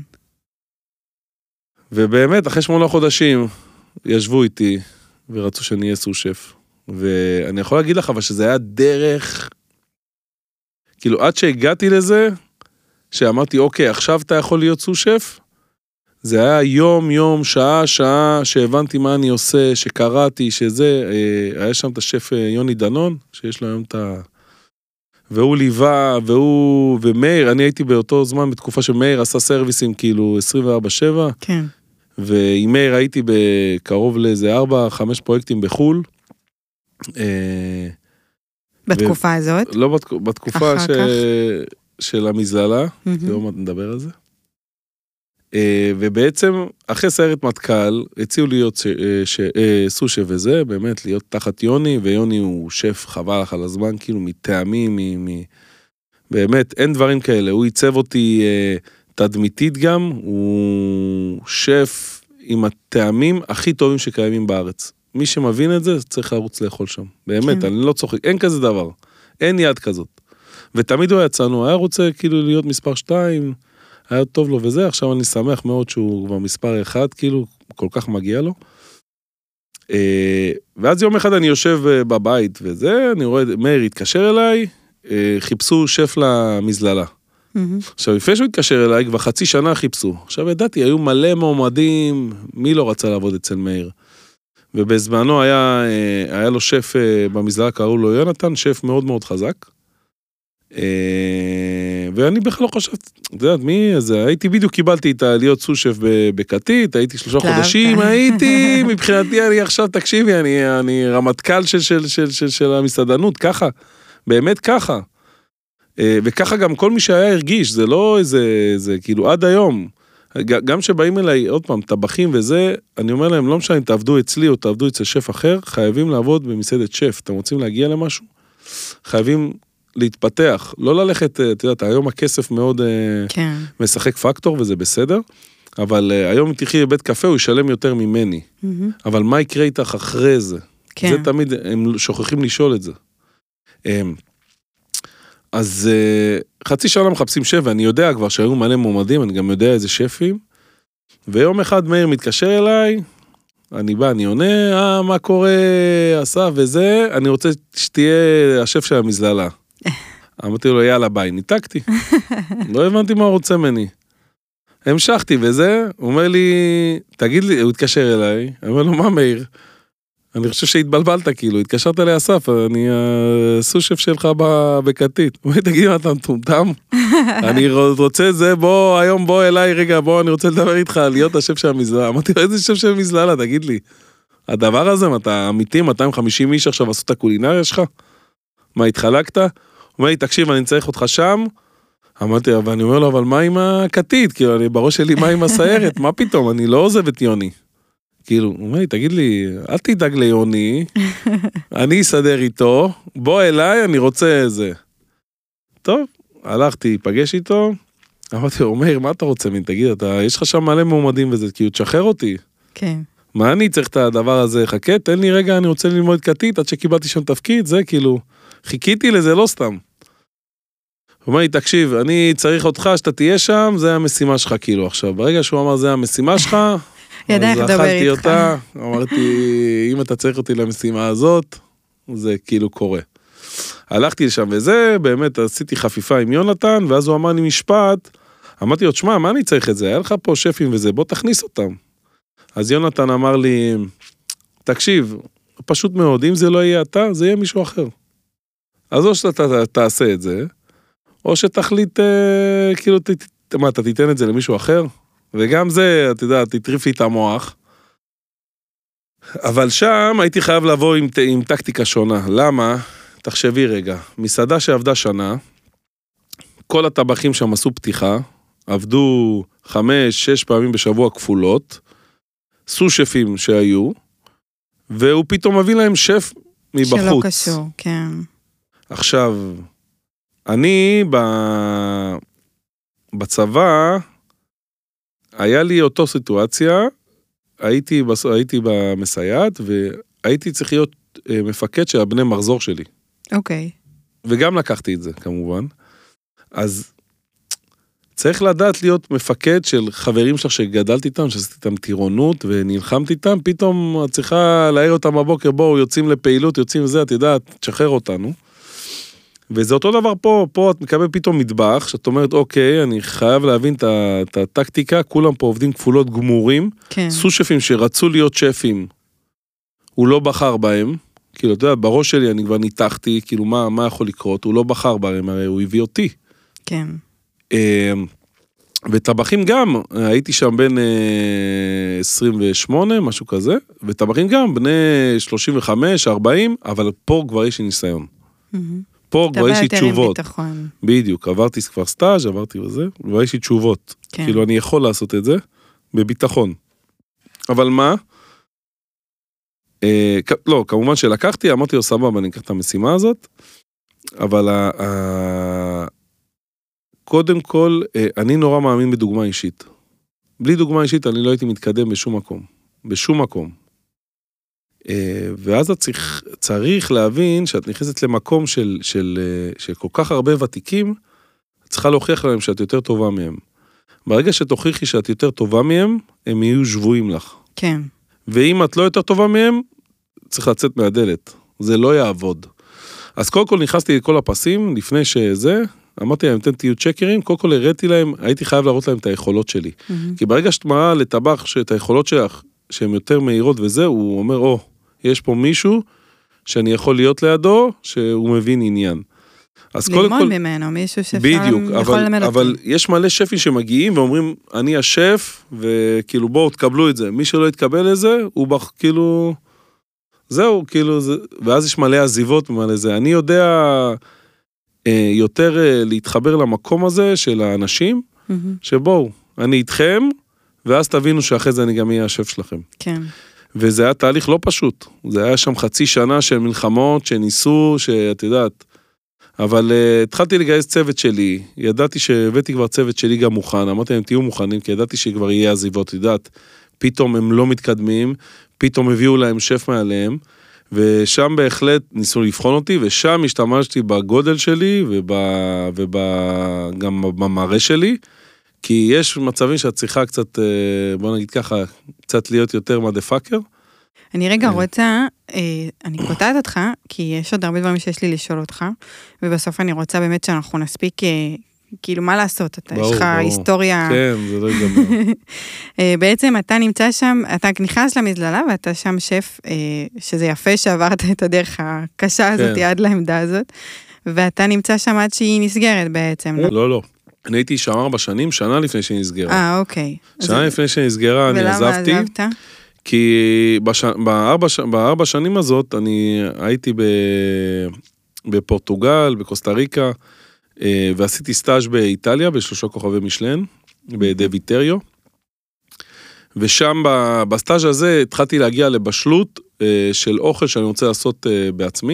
ובאמת, אחרי 8 חודשים, ישבו איתי, ורצו שאני אהיה סוס שף. ואני יכול להגיד לך, אבל שזה היה דרך, כאילו, עד שהגעתי לזה, שאמרתי, אוקיי, עכשיו אתה יכול להיות סוס שף, זה היה יום, שעה, שהבנתי מה אני עושה, שקראתי, שזה, היה שם את השף יוני דנון, שיש לו היום את ה... והוא ליווה, ומאיר, אני הייתי באותו זמן, בתקופה שמאיר עשה סרוויסים, כאילו, 24/7. כן. ועם מאיר הייתי בקרוב לאיזה 4-5 פרויקטים בחול. בתקופה הזאת? לא, בתקופה של המזללה, היום את נדבר על זה. ובעצם, אחרי סיירת מטכ"ל, הציעו להיות סוס שף וזה, באמת להיות תחת יוני, ויוני הוא שף חבל לך על הזמן, כאילו מטעמים, באמת, אין דברים כאלה, הוא ייצב אותי תדמיתית גם, הוא שף עם הטעמים הכי טובים שקיימים בארץ. מי שמבין את זה, צריך לרוץ לאכול שם. באמת, אני לא צוחק, אין כזה דבר, אין יד כזאת. ותמיד הוא יצאנו, היה רוצה כאילו להיות מספר 2, היה טוב לו וזה, עכשיו אני שמח מאוד שהוא כבר מספר 1, כאילו, כל כך מגיע לו. ואז יום אחד אני יושב בבית וזה, אני רואה, מאיר התקשר אליי, חיפשו שף למזללה. עכשיו, לפני שהוא התקשר אליי, כבר 0.5 שנה חיפשו. עכשיו, ידעתי, היו מלא מועמדים, מי לא רצה לעבוד אצל מאיר? ובזמנו היה לו שף במזללה, קראו לו יונתן, שף מאוד מאוד חזק. ואני בכלל לא חשבתי, אתה יודעת מי, אז הייתי בדיוק, קיבלתי את להיות סוס שף בקטית, הייתי 3 חודשים, הייתי, מבחינתי אני עכשיו, תקשיבי, אני רמטכ"ל של המסעדנות, ככה, באמת ככה. וככה גם כל מי שהיה הרגיש, זה לא איזה, כאילו עד היום, גם שבאים אליי עוד פעם, טבחים וזה, אני אומר להם, לא משנה, תעבדו אצלי או תעבדו אצל שף אחר, חייבים לעבוד במסעדת שף, אתם רוצים להגיע למשהו? חייבים להתפתח, לא ללכת, אתה יודעת, היום הכסף מאוד כן. משחק פקטור וזה בסדר, אבל היום אם תחי בבית קפה הוא ישלם יותר ממני, אבל מה יקרה איתך אחרי זה? כן. זה תמיד, הם שוכחים לשאול את זה. אז 0.5 שנה מחפשים שף, ואני יודע כבר שהיו מלא מועמדים, אני גם יודע איזה שפים, ויום אחד מאיר מתקשר אליי, אני בא, אני עונה, מה קורה, אסף וזה, אני רוצה שתהיה השף של המזללה. אמרתי לו, יאללה ביי, ניתקתי. לא הבנתי מה הוא רוצה ממני. המשכתי וזה, הוא אומר לי, תגיד לי, הוא התקשר אליי, אני אומר לו, מה מאיר? אני חושב שהתבלבלת כאילו, התקשרת לאסף, אני הסוס שף שלך בקטית. הוא אומר, תגיד מה אתה מטומטם? אני רוצה זה, היום בוא אליי, רגע, אני רוצה לדבר איתך, להיות השף של המזללה. אמרתי לו, איזה שף של המזללה, תגיד לי. הדבר הזה, אתה אמיתי, 250 איש עכשיו עשו את הקולינריה שלך? מה, התחלקת? הוא אומר לי, תקשיב, אני צריך אותך שם. אמרתי, ואני אומר לו, אבל מה עם הקטית? כאילו, בראש שלי, מה עם הסיירת? מה פתאום? אני לא עוזב את יוני. כאילו, הוא אומר לי, תגיד לי, אל תדאג ליוני, אני אסדר איתו, בוא אליי, אני רוצה זה. טוב, הלכתי, פגש איתו, אמרתי לו, מאיר, מה אתה רוצה ממני? תגיד, יש לך שם מלא מועמדים וזה, כאילו, תשחרר אותי. כן. מה אני צריך את הדבר הזה? חכה, תן לי רגע, אני רוצה ללמוד קטית, עד שקיבלתי שם תפקיד, זה כאילו, חיכיתי לזה, לא סתם. הוא אומר לי, תקשיב, אני צריך אותך, שאתה תהיה שם, זה המשימה שלך כאילו עכשיו. ברגע שהוא אמר, זה המשימה שלך, ידע איך לדבר אכלתי איתך. אותה, אמרתי, אם אתה צריך אותי למשימה הזאת, זה כאילו קורה. הלכתי לשם וזה, באמת עשיתי חפיפה עם יונתן, ואז הוא אמר לי משפט, אמרתי לו, תשמע, מה אני צריך את זה? היה לך פה שפים וזה, בוא תכניס אותם. אז יונתן אמר לי, תקשיב, פשוט מאוד, אם זה לא יהיה אתה, זה יהיה מישהו אחר. אז או שאתה תעשה את זה, או שתחליט, כאילו, מה, אתה תיתן את זה למישהו אחר? וגם זה, אתה יודע, תטריף לי את המוח. אבל שם הייתי חייב לבוא עם טקטיקה שונה. למה? תחשבי רגע, מסעדה שעבדה שנה, כל הטבחים שם עשו פתיחה, עבדו 5-6 פעמים בשבוע כפולות, סו-שפים שהיו, והוא פתאום מביא להם שף מבחוץ. שלא קשור, כן. עכשיו, אני בצבא, היה לי אותו סיטואציה, הייתי במסייעת, והייתי צריך להיות מפקד של הבני מחזור שלי. אוקיי. וגם לקחתי את זה, כמובן. אז צריך לדעת להיות מפקד של חברים שלך שגדלתי איתם, שעשיתי איתם טירונות ונלחמתי איתם, פתאום את צריכה להעיר אותם בבוקר, בואו, יוצאים לפעילות, יוצאים וזה, את יודעת, תשחרר אותנו. וזה אותו דבר פה את מקבל פתאום מטבח, שאת אומרת, אוקיי, אני חייב להבין את הטקטיקה, כולם פה עובדים כפולות גמורים, כן. סו-שפים שרצו להיות שפים, הוא לא בחר בהם, כאילו, אתה יודע, בראש שלי אני כבר ניתחתי, כאילו, מה יכול לקרות, הוא לא בחר בהם, הרי הוא הביא אותי. כן. וטבחים גם, הייתי שם בין 28, משהו כזה, וטבחים גם בני 35, 40, אבל פה כבר יש לי ניסיון. פה כבר יש לי תשובות. בדיוק, עברתי כבר סטאז', עברתי וזה, כבר יש לי תשובות. כאילו אני יכול לעשות את זה בביטחון. אבל מה? לא, כמובן שלקחתי, אמרתי לו סבבה, אני אקח את המשימה הזאת, אבל קודם כל, אני נורא מאמין בדוגמה אישית. בלי דוגמה אישית אני לא הייתי מתקדם בשום מקום. בשום מקום. ואז את צריך להבין שאת נכנסת למקום של כל כך הרבה ותיקים, את צריכה להוכיח להם שאת יותר טובה מהם. ברגע שתוכיחי שאת יותר טובה מהם, הם יהיו שבויים לך. כן. ואם את לא יותר טובה מהם, צריך לצאת מהדלת. זה לא יעבוד. אז קודם כל נכנסתי לכל הפסים, לפני שזה, אמרתי להם, תהיו צ'קרים, קודם כל הראיתי להם, הייתי חייב להראות להם את היכולות שלי. כי ברגע שאת מראה לטבח שאת היכולות שלך, שהן יותר מהירות וזה, הוא אומר, יש פה מישהו שאני יכול להיות לידו, שהוא מבין עניין. אז קודם כל... ללמוד ממנו, מישהו שאפשר יכול ללמד אותי. אבל יש מלא שפים שמגיעים ואומרים, אני השף, וכאילו בואו תקבלו את זה. מי שלא יתקבל לזה, הוא כאילו... זהו, כאילו, ואז יש מלא עזיבות ומלא זה. אני יודע יותר להתחבר למקום הזה של האנשים, שבואו, אני איתכם, ואז תבינו שאחרי זה אני גם אהיה השף שלכם. כן. וזה היה תהליך לא פשוט. זה היה שם חצי שנה של מלחמות, שניסו, שאת יודעת, אבל התחלתי לגייס צוות שלי, ידעתי שהבאתי כבר צוות שלי גם מוכן, אמרתי להם תהיו מוכנים, כי ידעתי שכבר יהיה עזיבות, יודעת, פתאום הם לא מתקדמים, פתאום הביאו להם שף מעליהם, ושם בהחלט ניסו לבחון אותי, ושם השתמשתי בגודל שלי, וגם במראה שלי, כי יש מצבים שאת צריכה קצת, בוא נגיד ככה, קצת להיות יותר מדפאקר. אני רגע רוצה, אני קוטעת אותך, כי יש עוד הרבה דברים שיש לי לשאול אותך, ובסוף אני רוצה באמת שאנחנו נספיק, כאילו מה לעשות, יש לך היסטוריה... כן, זה לא ייגמר. בעצם אתה נמצא שם, אתה נכנס למזללה, ואתה שם שף, שזה יפה שעברת את הדרך הקשה הזאת, עד לעמדה הזאת, ואתה נמצא שם עד שהיא נסגרת בעצם. לא. אני הייתי שם 4 שנים, שנה לפני שהיא נסגרה. אוקיי. שנה לפני שהיא נסגרה, אני עזבתי. ולמה עזבת? כי ב4 שנים הזאת, אני הייתי בפורטוגל, בקוסטה ריקה, ועשיתי סטאז' באיטליה, ב3 כוכבי משלן, בדוויטריו. ושם בסטאז' הזה התחלתי להגיע לבשלות של אוכל שאני רוצה לעשות בעצמי.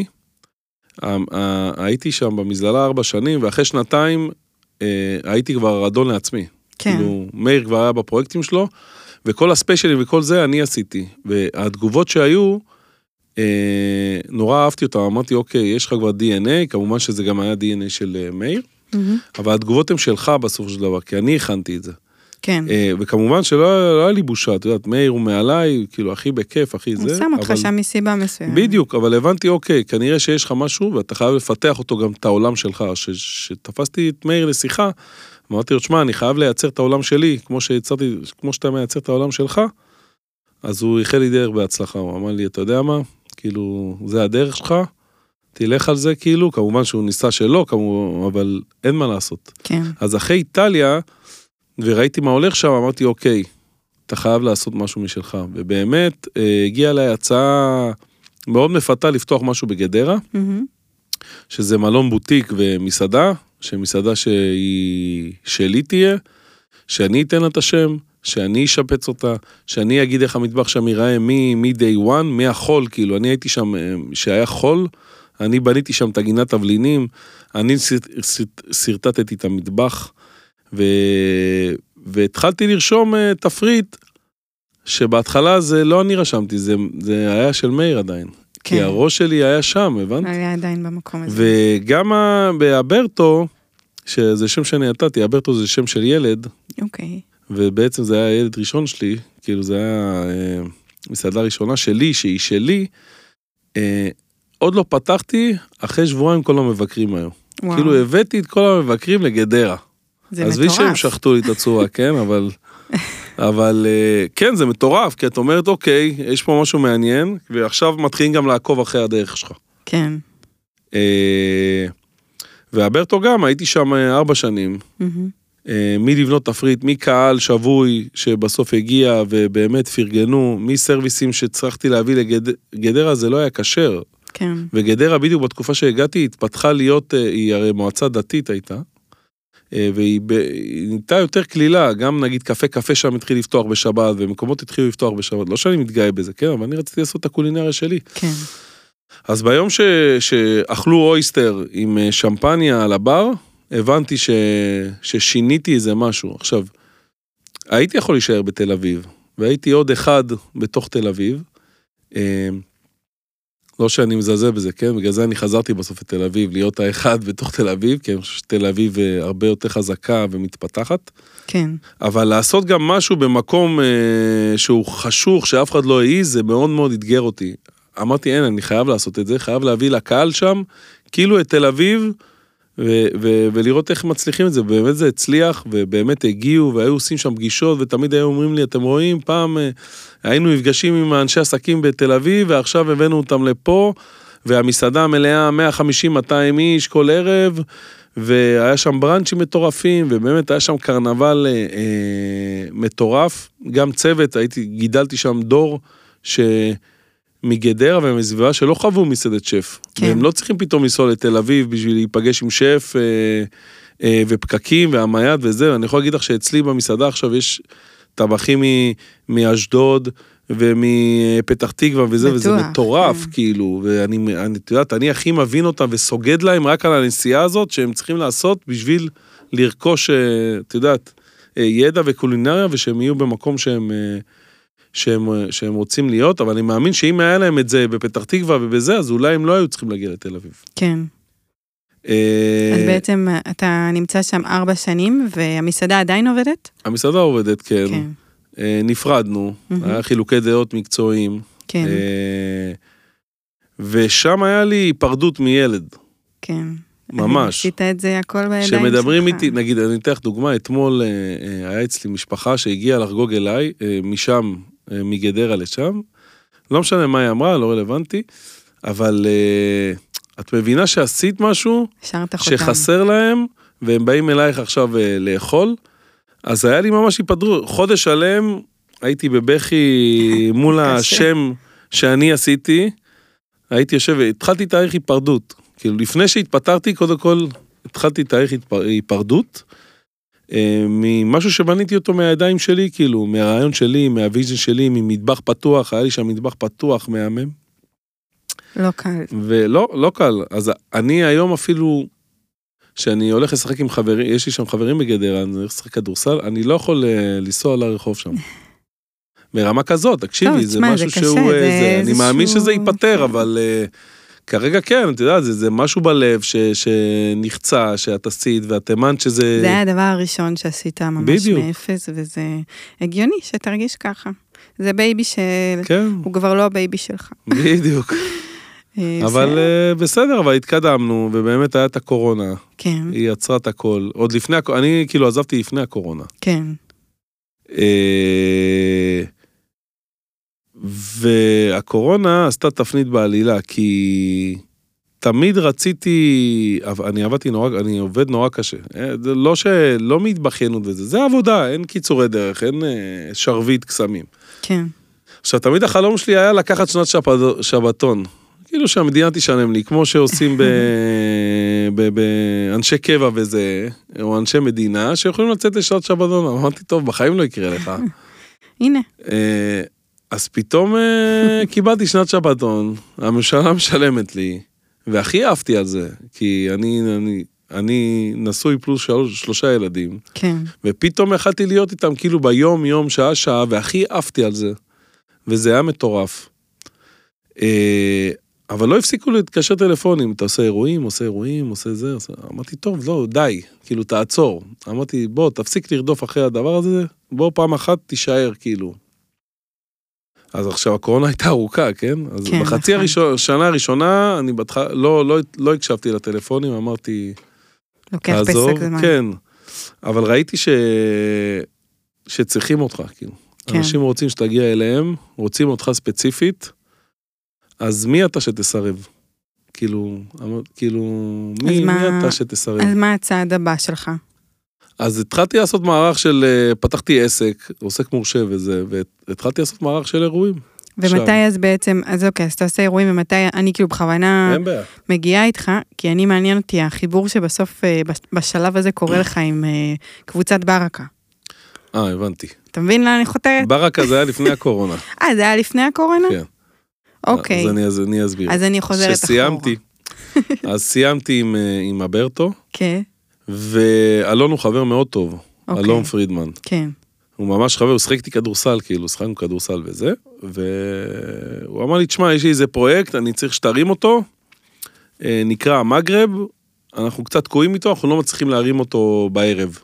הייתי שם במזללה 4 שנים, ואחרי 2 הייתי כבר אדון לעצמי. כן. כאילו, מאיר כבר היה בפרויקטים שלו, וכל הספיישלים וכל זה אני עשיתי. והתגובות שהיו, נורא אהבתי אותם, אמרתי, אוקיי, יש לך כבר DNA, כמובן שזה גם היה DNA של מאיר, אבל התגובות הן שלך בסוף של דבר, כי אני הכנתי את זה. כן. וכמובן שלא היה לי בושה, את יודעת, מאיר הוא מעליי, כאילו, הכי בכיף, הכי זה. הוא שם אותך שם מסיבה מסוימת. בדיוק, אבל הבנתי, אוקיי, כנראה שיש לך משהו, ואתה חייב לפתח אותו גם את העולם שלך, שתפסתי את מאיר לשיחה, אמרתי לו, שמע, אני חייב לייצר את העולם שלי, כמו שאתה מייצר את העולם שלך, אז הוא החל לי דרך בהצלחה, הוא אמר לי, אתה יודע מה, כאילו, זה הדרך שלך, תלך על זה, כאילו, כמובן שהוא ניסה שלא, אבל אין מה לעשות. כן. אז אחרי איטליה, וראיתי מה הולך שם, אמרתי, אוקיי, אתה חייב לעשות משהו משלך, ובאמת, הגיעה אליי הצעה מאוד מפתה לפתוח משהו בגדרה, שזה מלון בוטיק ומסעדה, שמסעדה שהיא שלי תהיה, שאני אתן לה את השם, שאני אשפץ אותה, שאני אגיד איך המטבח שם ייראה מ-day one, מהחול, כאילו, אני הייתי שם, שהיה חול, אני בניתי שם את הגינת תבלינים, אני סרטטתי את המטבח, והתחלתי לרשום תפריט, שבהתחלה זה לא אני רשמתי, זה היה של מאיר עדיין. כן. כי הראש שלי היה שם, הבנת? היה עדיין במקום הזה. וגם באברטו, שזה שם שאני נתתי, אברטו זה שם של ילד. אוקיי. ובעצם זה היה ילד ראשון שלי, כאילו זה היה מסעדה ראשונה שלי, שהיא שלי, עוד לא פתחתי, אחרי שבועיים כל המבקרים היו. וואו. כאילו הבאתי את כל המבקרים לגדרה. זה מטורף. אז בי שהם שחטו לי את הצורה, כן, אבל כן, זה מטורף, כי את אומרת, אוקיי, יש פה משהו מעניין, ועכשיו מתחילים גם לעקוב אחרי הדרך שלך. כן. ואברטו גם, הייתי שם 4 שנים, מי לבנות תפריט, מי קהל שבוי שבסוף הגיע ובאמת פרגנו, מי סרוויסים שצריכתי להביא לגדרה, זה לא היה קשר. כן. וגדרה בדיוק בתקופה שהגעתי, התפתחה להיות, היא הרי מועצה דתית הייתה, והיא נהייתה יותר כלילה, גם נגיד קפה שם התחיל לפתוח בשבת, ומקומות התחילו לפתוח בשבת, לא שאני מתגאה בזה, כן, אבל אני רציתי לעשות את הקולינריה שלי. כן. אז ביום שאכלו אויסטר עם שמפניה על הבר, הבנתי ששיניתי איזה משהו. עכשיו, הייתי יכול להישאר בתל אביב, והייתי עוד אחד בתוך תל אביב, לא שאני מזלזל בזה, כן? בגלל זה אני חזרתי בסוף לתל אביב, להיות האחד בתוך תל אביב, כי אני חושב שתל אביב הרבה יותר חזקה ומתפתחת. כן. אבל לעשות גם משהו במקום שהוא חשוך, שאף אחד לא העיז, זה מאוד מאוד אתגר אותי. אמרתי, אין, אני חייב לעשות את זה, חייב להביא לקהל שם, כאילו את תל אביב, ולראות איך מצליחים את זה, באמת זה הצליח, ובאמת הגיעו, והיו עושים שם פגישות, ותמיד היו אומרים לי, אתם רואים, פעם היינו נפגשים עם האנשי עסקים בתל אביב, ועכשיו הבאנו אותם לפה, והמסעדה מלאה 150-200 איש כל ערב, והיה שם ברנצ'ים מטורפים, ובאמת היה שם קרנבל מטורף, גם צוות, גידלתי שם דור, מגדרה ומסביבה שלא חוו מסעדת שף. כן. והם לא צריכים פתאום לנסוע לתל אביב בשביל להיפגש עם שף ופקקים והמייד וזה. אני יכול להגיד לך שאצלי במסעדה עכשיו יש טבחים מאשדוד ומפתח תקווה וזה, וזה מטורף, כאילו. ואני יודעת, אני הכי מבין אותם וסוגד להם רק על הנסיעה הזאת שהם צריכים לעשות בשביל לרכוש, את יודעת, ידע וקולינריה ושהם יהיו במקום שהם רוצים להיות, אבל אני מאמין שאם היה להם את זה בפתח תקווה ובזה, אז אולי הם לא היו צריכים להגיע לתל אביב. כן. אז בעצם אתה נמצא שם 4 שנים, והמסעדה עדיין עובדת? המסעדה עובדת, כן. נפרדנו, היה חילוקי דעות מקצועיים. כן. ושם היה לי היפרדות מילד. כן. ממש. עשית את זה הכל בידיים שלך. שמדברים איתי, נגיד, אני אתן לך דוגמה, אתמול היה אצלי משפחה שהגיעה לחגוג אליי, משם, מגדרה לשם, לא משנה מה היא אמרה, לא רלוונטי, אבל את מבינה שעשית משהו, שחסר להם, והם באים אלייך עכשיו לאכול, אז היה לי ממש היפדרות, חודש שלם, הייתי בבכי מול השם שאני עשיתי, הייתי יושב, התחלתי תאריך היפרדות, כאילו לפני שהתפטרתי, קודם כל, התחלתי תאריך היפרדות, ממשהו שבניתי אותו מהידיים שלי, כאילו, מהרעיון שלי, מהוויז'ן שלי, ממטבח פתוח, היה לי שם מטבח פתוח, מהמם. לא קל. ולא, לא קל. אז אני היום אפילו, שאני הולך לשחק עם חברים, יש לי שם חברים בגדרה, אני הולך לשחק כדורסל, אני לא יכול לנסוע לרחוב שם. ברמה כזאת, תקשיבי, זה משהו שהוא, אני מאמין שזה ייפטר, אבל כרגע כן, אתה יודע, זה משהו בלב שנחצה, שאת עשית, ואת האמנת שזה... זה היה הדבר הראשון שעשית ממש מאפס, וזה הגיוני שתרגיש ככה. זה בייבי הוא כבר לא הבייבי שלך. בדיוק. אבל בסדר, אבל התקדמנו, ובאמת היה את הקורונה. כן. היא יצרה את הכל. עוד לפני, אני כאילו עזבתי לפני הקורונה. כן. והקורונה עשתה תפנית בעלילה, כי תמיד רציתי, אני עובד נורא קשה. לא מתבחיינות וזה, זה עבודה, אין קיצורי דרך, אין שרביט קסמים. כן. עכשיו, תמיד החלום שלי היה לקחת שנת שבתון. כאילו שהמדינה תשלם לי, כמו שעושים באנשי קבע וזה, או אנשי מדינה, שיכולים לצאת לשנת שבתון. אמרתי, טוב, בחיים לא יקרה לך. הנה. אז פתאום קיבלתי שנת שבתון, הממשלה משלמת לי, והכי אהבתי על זה, כי אני נשוי פלוס 3 ילדים, כן. ופתאום יכלתי להיות איתם כאילו ביום, יום, שעה, והכי אהבתי על זה, וזה היה מטורף. אבל לא הפסיקו להתקשר טלפונים, אתה עושה אירועים, עושה זה, אמרתי, טוב, לא, די, כאילו תעצור. אמרתי, בוא, תפסיק לרדוף אחרי הדבר הזה, בוא פעם אחת תישאר, כאילו. אז עכשיו הקורונה הייתה ארוכה, כן? אז כן, בחצי השנה הראשונה, אני לא הקשבתי לטלפונים, אמרתי, לוקח פסק זמן. כן, אבל ראיתי שצריכים אותך, כאילו. כן. אנשים רוצים שתגיע אליהם, רוצים אותך ספציפית, אז מי אתה שתסרב? כאילו, מי אתה שתסרב? אז מה הצעד הבא שלך? אז התחלתי לעשות מערך של, פתחתי עוסק מורשה וזה, והתחלתי לעשות מערך של אירועים. ומתי אז בעצם, אז אוקיי, אז אתה עושה אירועים, ומתי אני כאילו בכוונה מגיעה איתך, כי אני מעניין אותי, החיבור שבסוף, בשלב הזה קורה לך עם קבוצת ברקה. הבנתי. אתה מבין לאן אני חותרת? ברקה זה היה לפני הקורונה. זה היה לפני הקורונה? כן. אוקיי. אז אני אסביר. אז אני חוזרת אחורה. אז סיימתי עם אברטו. כן. ואלון הוא חבר מאוד טוב. אלון פרידמן. כן. הוא ממש חבר, הוא שחק איתי כדורסל, כאילו, שחקנו כדורסל וזה, והוא אמר לי, תשמע, יש לי איזה פרויקט, אני צריך שתרים אותו, נקרא המגרב, אנחנו קצת תקועים איתו, אנחנו לא מצליחים להרים אותו בערב.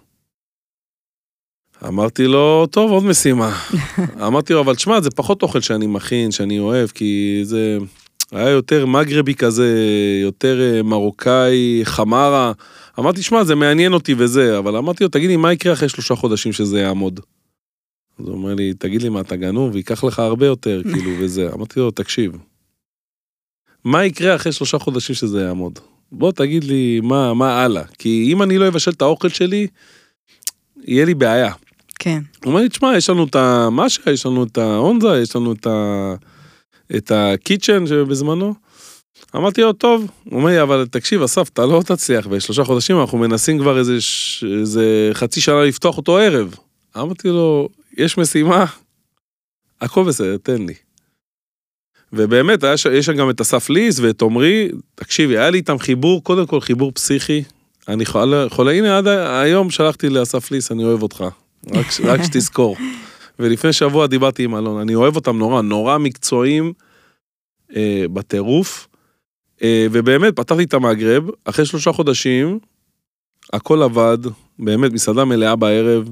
אמרתי לו, טוב, עוד משימה. אמרתי לו, אבל תשמע, זה פחות אוכל שאני מכין, שאני אוהב, כי זה היה יותר מגרבי כזה, יותר מרוקאי, חמרה. אמרתי, תשמע, זה מעניין אותי וזה, אבל אמרתי לו, תגיד לי, מה יקרה אחרי 3 חודשים שזה יעמוד? אז הוא אומר לי, תגיד לי מה אתה גנוב, ויקח לך הרבה יותר, כאילו, וזה. אמרתי לו, תקשיב, מה יקרה אחרי 3 חודשים שזה יעמוד? בוא תגיד לי מה הלאה, כי אם אני לא אבשל את האוכל שלי, יהיה לי בעיה. כן. הוא אומר לי, תשמע, יש לנו את המשה, יש לנו את האונזה, יש לנו את הקיצ'ן שבזמנו. אמרתי לו, טוב, הוא אומר לי, אבל תקשיב, אסף, אתה לא תצליח, ב3 חודשים אנחנו מנסים כבר איזה חצי שנה לפתוח אותו ערב. אמרתי לו, יש משימה, הכל בסדר, תן לי. ובאמת, יש גם את אסף ליס ואת עומרי, תקשיבי, היה לי איתם חיבור, קודם כל חיבור פסיכי, אני חולה, הנה, עד היום שלחתי לאסף ליס, אני אוהב אותך, רק שתזכור. ולפני שבוע דיברתי עם אלון, אני אוהב אותם נורא מקצועיים, בטירוף, ובאמת פתחתי את המגרב, אחרי 3 חודשים, הכל עבד, באמת מסעדה מלאה בערב,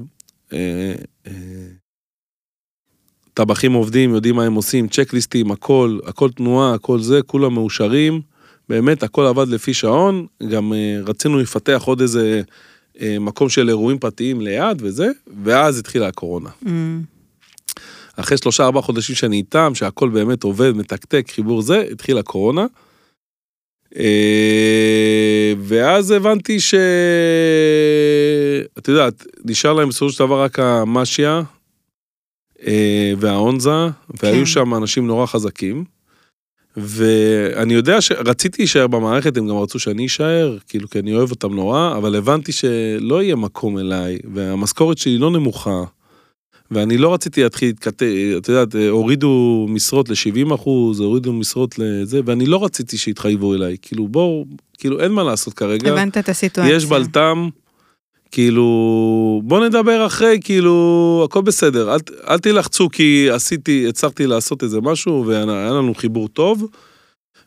טבחים עובדים, יודעים מה הם עושים, צ'קליסטים, הכל תנועה, הכל זה, כולם מאושרים, באמת הכל עבד לפי שעון, גם רצינו לפתח עוד איזה מקום של אירועים פרטיים ליד וזה, ואז התחילה הקורונה. אחרי 3-4 חודשים שאני איתם, שהכל באמת עובד, מתקתק, חיבור זה, התחילה הקורונה, ואז הבנתי את יודעת, נשאר להם בסופו של דבר רק המשיה, והאונזה, והיו שם אנשים נורא חזקים, ואני יודע שרציתי להישאר במערכת, הם גם רצו שאני אשאר, כאילו כי אני אוהב אותם נורא, אבל הבנתי שלא יהיה מקום אליי, והמשכורת שלי לא נמוכה, ואני לא רציתי להתחיל, את יודעת, הורידו משרות ל-70%, הורידו משרות לזה, ואני לא רציתי שיתחייבו אליי, כאילו בואו, כאילו אין מה לעשות כרגע. הבנת את הסיטואציה. יש בלטם, כאילו, בוא נדבר אחרי, כאילו, הכל בסדר, אל תלחצו, כי הצלחתי לעשות איזה משהו, והיה לנו חיבור טוב,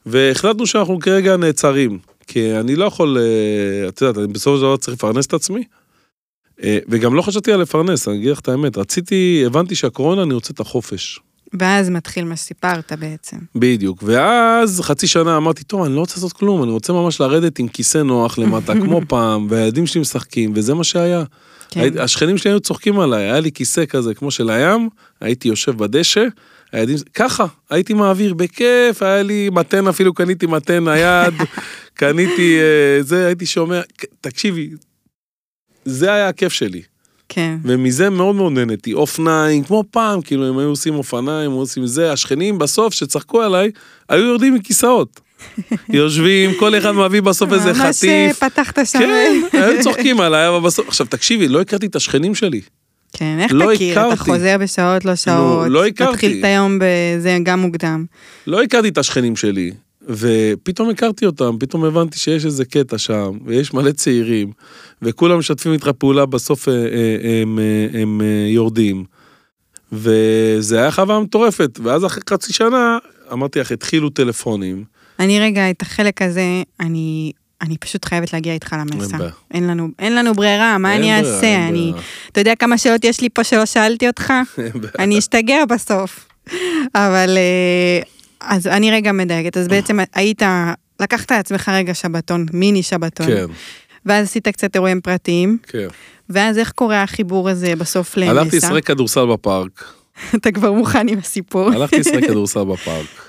והחלטנו שאנחנו כרגע נעצרים, כי אני לא יכול, את יודעת, אני בסופו של דבר צריך לפרנס את עצמי, וגם לא חשבתי על לפרנס, אני אגיד לך את האמת, הבנתי שהקורונה אני רוצה את החופש. ואז מתחיל מה שסיפרת בעצם. בדיוק, ואז חצי שנה אמרתי, טוב, אני לא רוצה לעשות כלום, אני רוצה ממש לרדת עם כיסא נוח למטה, כמו פעם, והילדים שלי משחקים, וזה מה שהיה. כן. השכנים שלי היו צוחקים עליי, היה לי כיסא כזה כמו של הים, הייתי יושב בדשא, הילדים, ככה, הייתי מעביר בכיף, היה לי מתן, אפילו קניתי מתן היד, קניתי, זה, הייתי שומע, תקשיבי, זה היה הכיף שלי. כן. ומזה מאוד מאוד נהניתי, אופניים, כמו פעם, כאילו הם היו עושים אופניים, הם עושים זה, השכנים בסוף שצחקו עליי, היו יורדים מכיסאות. יושבים, כל אחד מביא בסוף איזה חטיף. ממש פתחת שם. כן, היו צוחקים עליי, אבל בסוף, עכשיו תקשיבי, לא הכרתי את השכנים שלי. כן, איך תכיר? אתה חוזר בשעות, לא שעות. לא הכרתי. תתחיל את היום בזה גם מוקדם. לא הכרתי את השכנים שלי, ופתאום הכרתי אותם, פתאום הבנתי שיש איזה קטע שם, ויש מלא צעירים, וכולם משתפים איתך פעולה, בסוף הם יורדים. וזה היה חווה מטורפת, ואז אחרי חצי שנה, אמרתי לך, התחילו טלפונים. אני רגע, את החלק הזה, אני פשוט חייבת להגיע איתך למסע. אין לנו ברירה, מה אני אעשה? אתה יודע כמה שאלות יש לי פה שלא שאלתי אותך? אני אשתגע בסוף. אבל, אז אני רגע מדייגת, אז בעצם לקחת לעצמך רגע שבתון, מיני שבתון. כן. ואז עשית קצת אירועים פרטיים. כן. ואז איך קורה החיבור הזה בסוף למסע? הלכתי לשחק כדורסל בפארק. אתה כבר מוכן עם הסיפור. הלכתי לשחק כדורסל בפארק.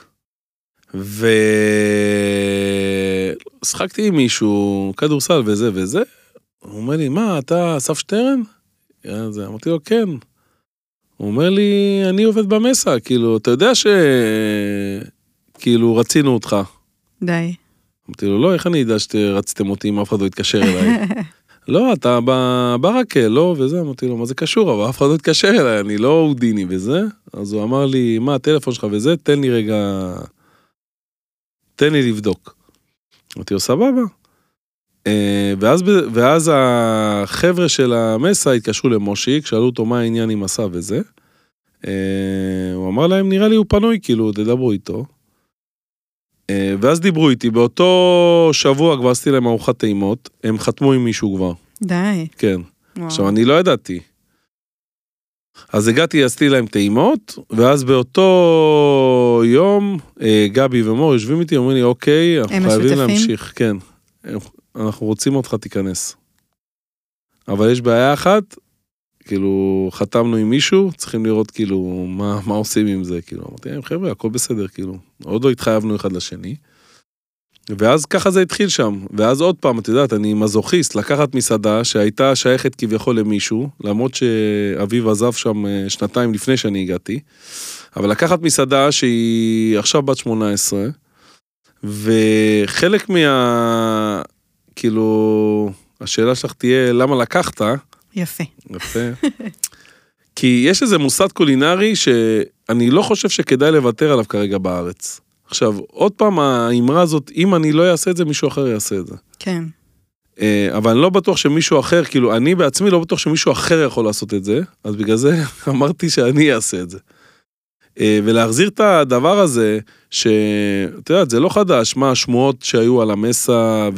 ושחקתי עם מישהו, כדורסל וזה וזה, הוא אומר לי, מה, אתה אסף שטרן? אמרתי לו, כן. הוא אומר לי, אני עובד במסע, כאילו, אתה יודע כאילו, רצינו אותך. די. אמרתי לו, לא, איך אני יודע שרציתם אותי אם אף אחד לא יתקשר אליי? לא, אתה ברקל, לא, וזה, אמרתי לו, מה זה קשור? אבל אף אחד לא יתקשר אליי, אני לא אודיני וזה. אז הוא אמר לי, מה, הטלפון שלך וזה? תן לי רגע... תן לי לבדוק. אמרתי לו, סבבה. ואז החבר'ה של המסע התקשרו למושיק, שאלו אותו מה העניין עם מסע וזה. הוא אמר להם, נראה לי הוא פנוי, כאילו, תדברו איתו. ואז דיברו איתי, באותו שבוע כבר עשיתי להם ארוחת טעימות, הם חתמו עם מישהו כבר. די. כן. עכשיו, אני לא ידעתי. אז הגעתי, עשיתי להם טעימות, ואז באותו יום, גבי ומור יושבים איתי, אומרים לי, אוקיי, אנחנו חייבים להמשיך. כן. אנחנו רוצים אותך, תיכנס. אבל יש בעיה אחת, כאילו, חתמנו עם מישהו, צריכים לראות, כאילו, מה עושים עם זה, כאילו. אמרתי, חבר'ה, הכל בסדר, כאילו. עוד לא התחייבנו אחד לשני. ואז ככה זה התחיל שם. ואז עוד פעם, את יודעת, אני מזוכיסט, לקחת מסעדה שהייתה שייכת כביכול למישהו, למרות שאביב עזב שם שנתיים לפני שאני הגעתי, אבל לקחת מסעדה שהיא עכשיו בת 18, וחלק כאילו, השאלה שלך תהיה, למה לקחת? יפה. יפה. כי יש איזה מוסד קולינרי שאני לא חושב שכדאי לוותר עליו כרגע בארץ. עכשיו, עוד פעם האמרה הזאת, אם אני לא אעשה את זה, מישהו אחר יעשה את זה. כן. אבל אני לא בטוח שמישהו אחר, כאילו, אני בעצמי לא בטוח שמישהו אחר יכול לעשות את זה, אז בגלל זה אמרתי שאני אעשה את זה. ולהחזיר את הדבר הזה, שאתה יודע, זה לא חדש, מה השמועות שהיו על המסע,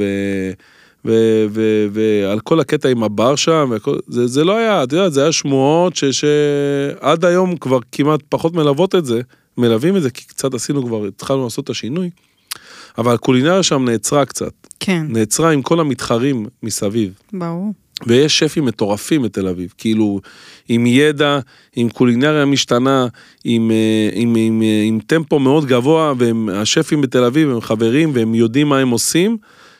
ועל כל הקטע עם הבר שם, זה לא היה, אתה יודע, זה היה שמועות שעד היום כבר כמעט פחות מלוות את זה, מלווים את זה, כי קצת עשינו כבר, התחלנו לעשות את השינוי, אבל הקולינריה שם נעצרה קצת. כן. נעצרה עם כל המתחרים מסביב. ברור. ויש שפים מטורפים בתל אביב, כאילו, עם ידע, עם קולינריה משתנה, עם טמפו מאוד גבוה, והשפים בתל אביב הם חברים, והם יודעים מה הם עושים,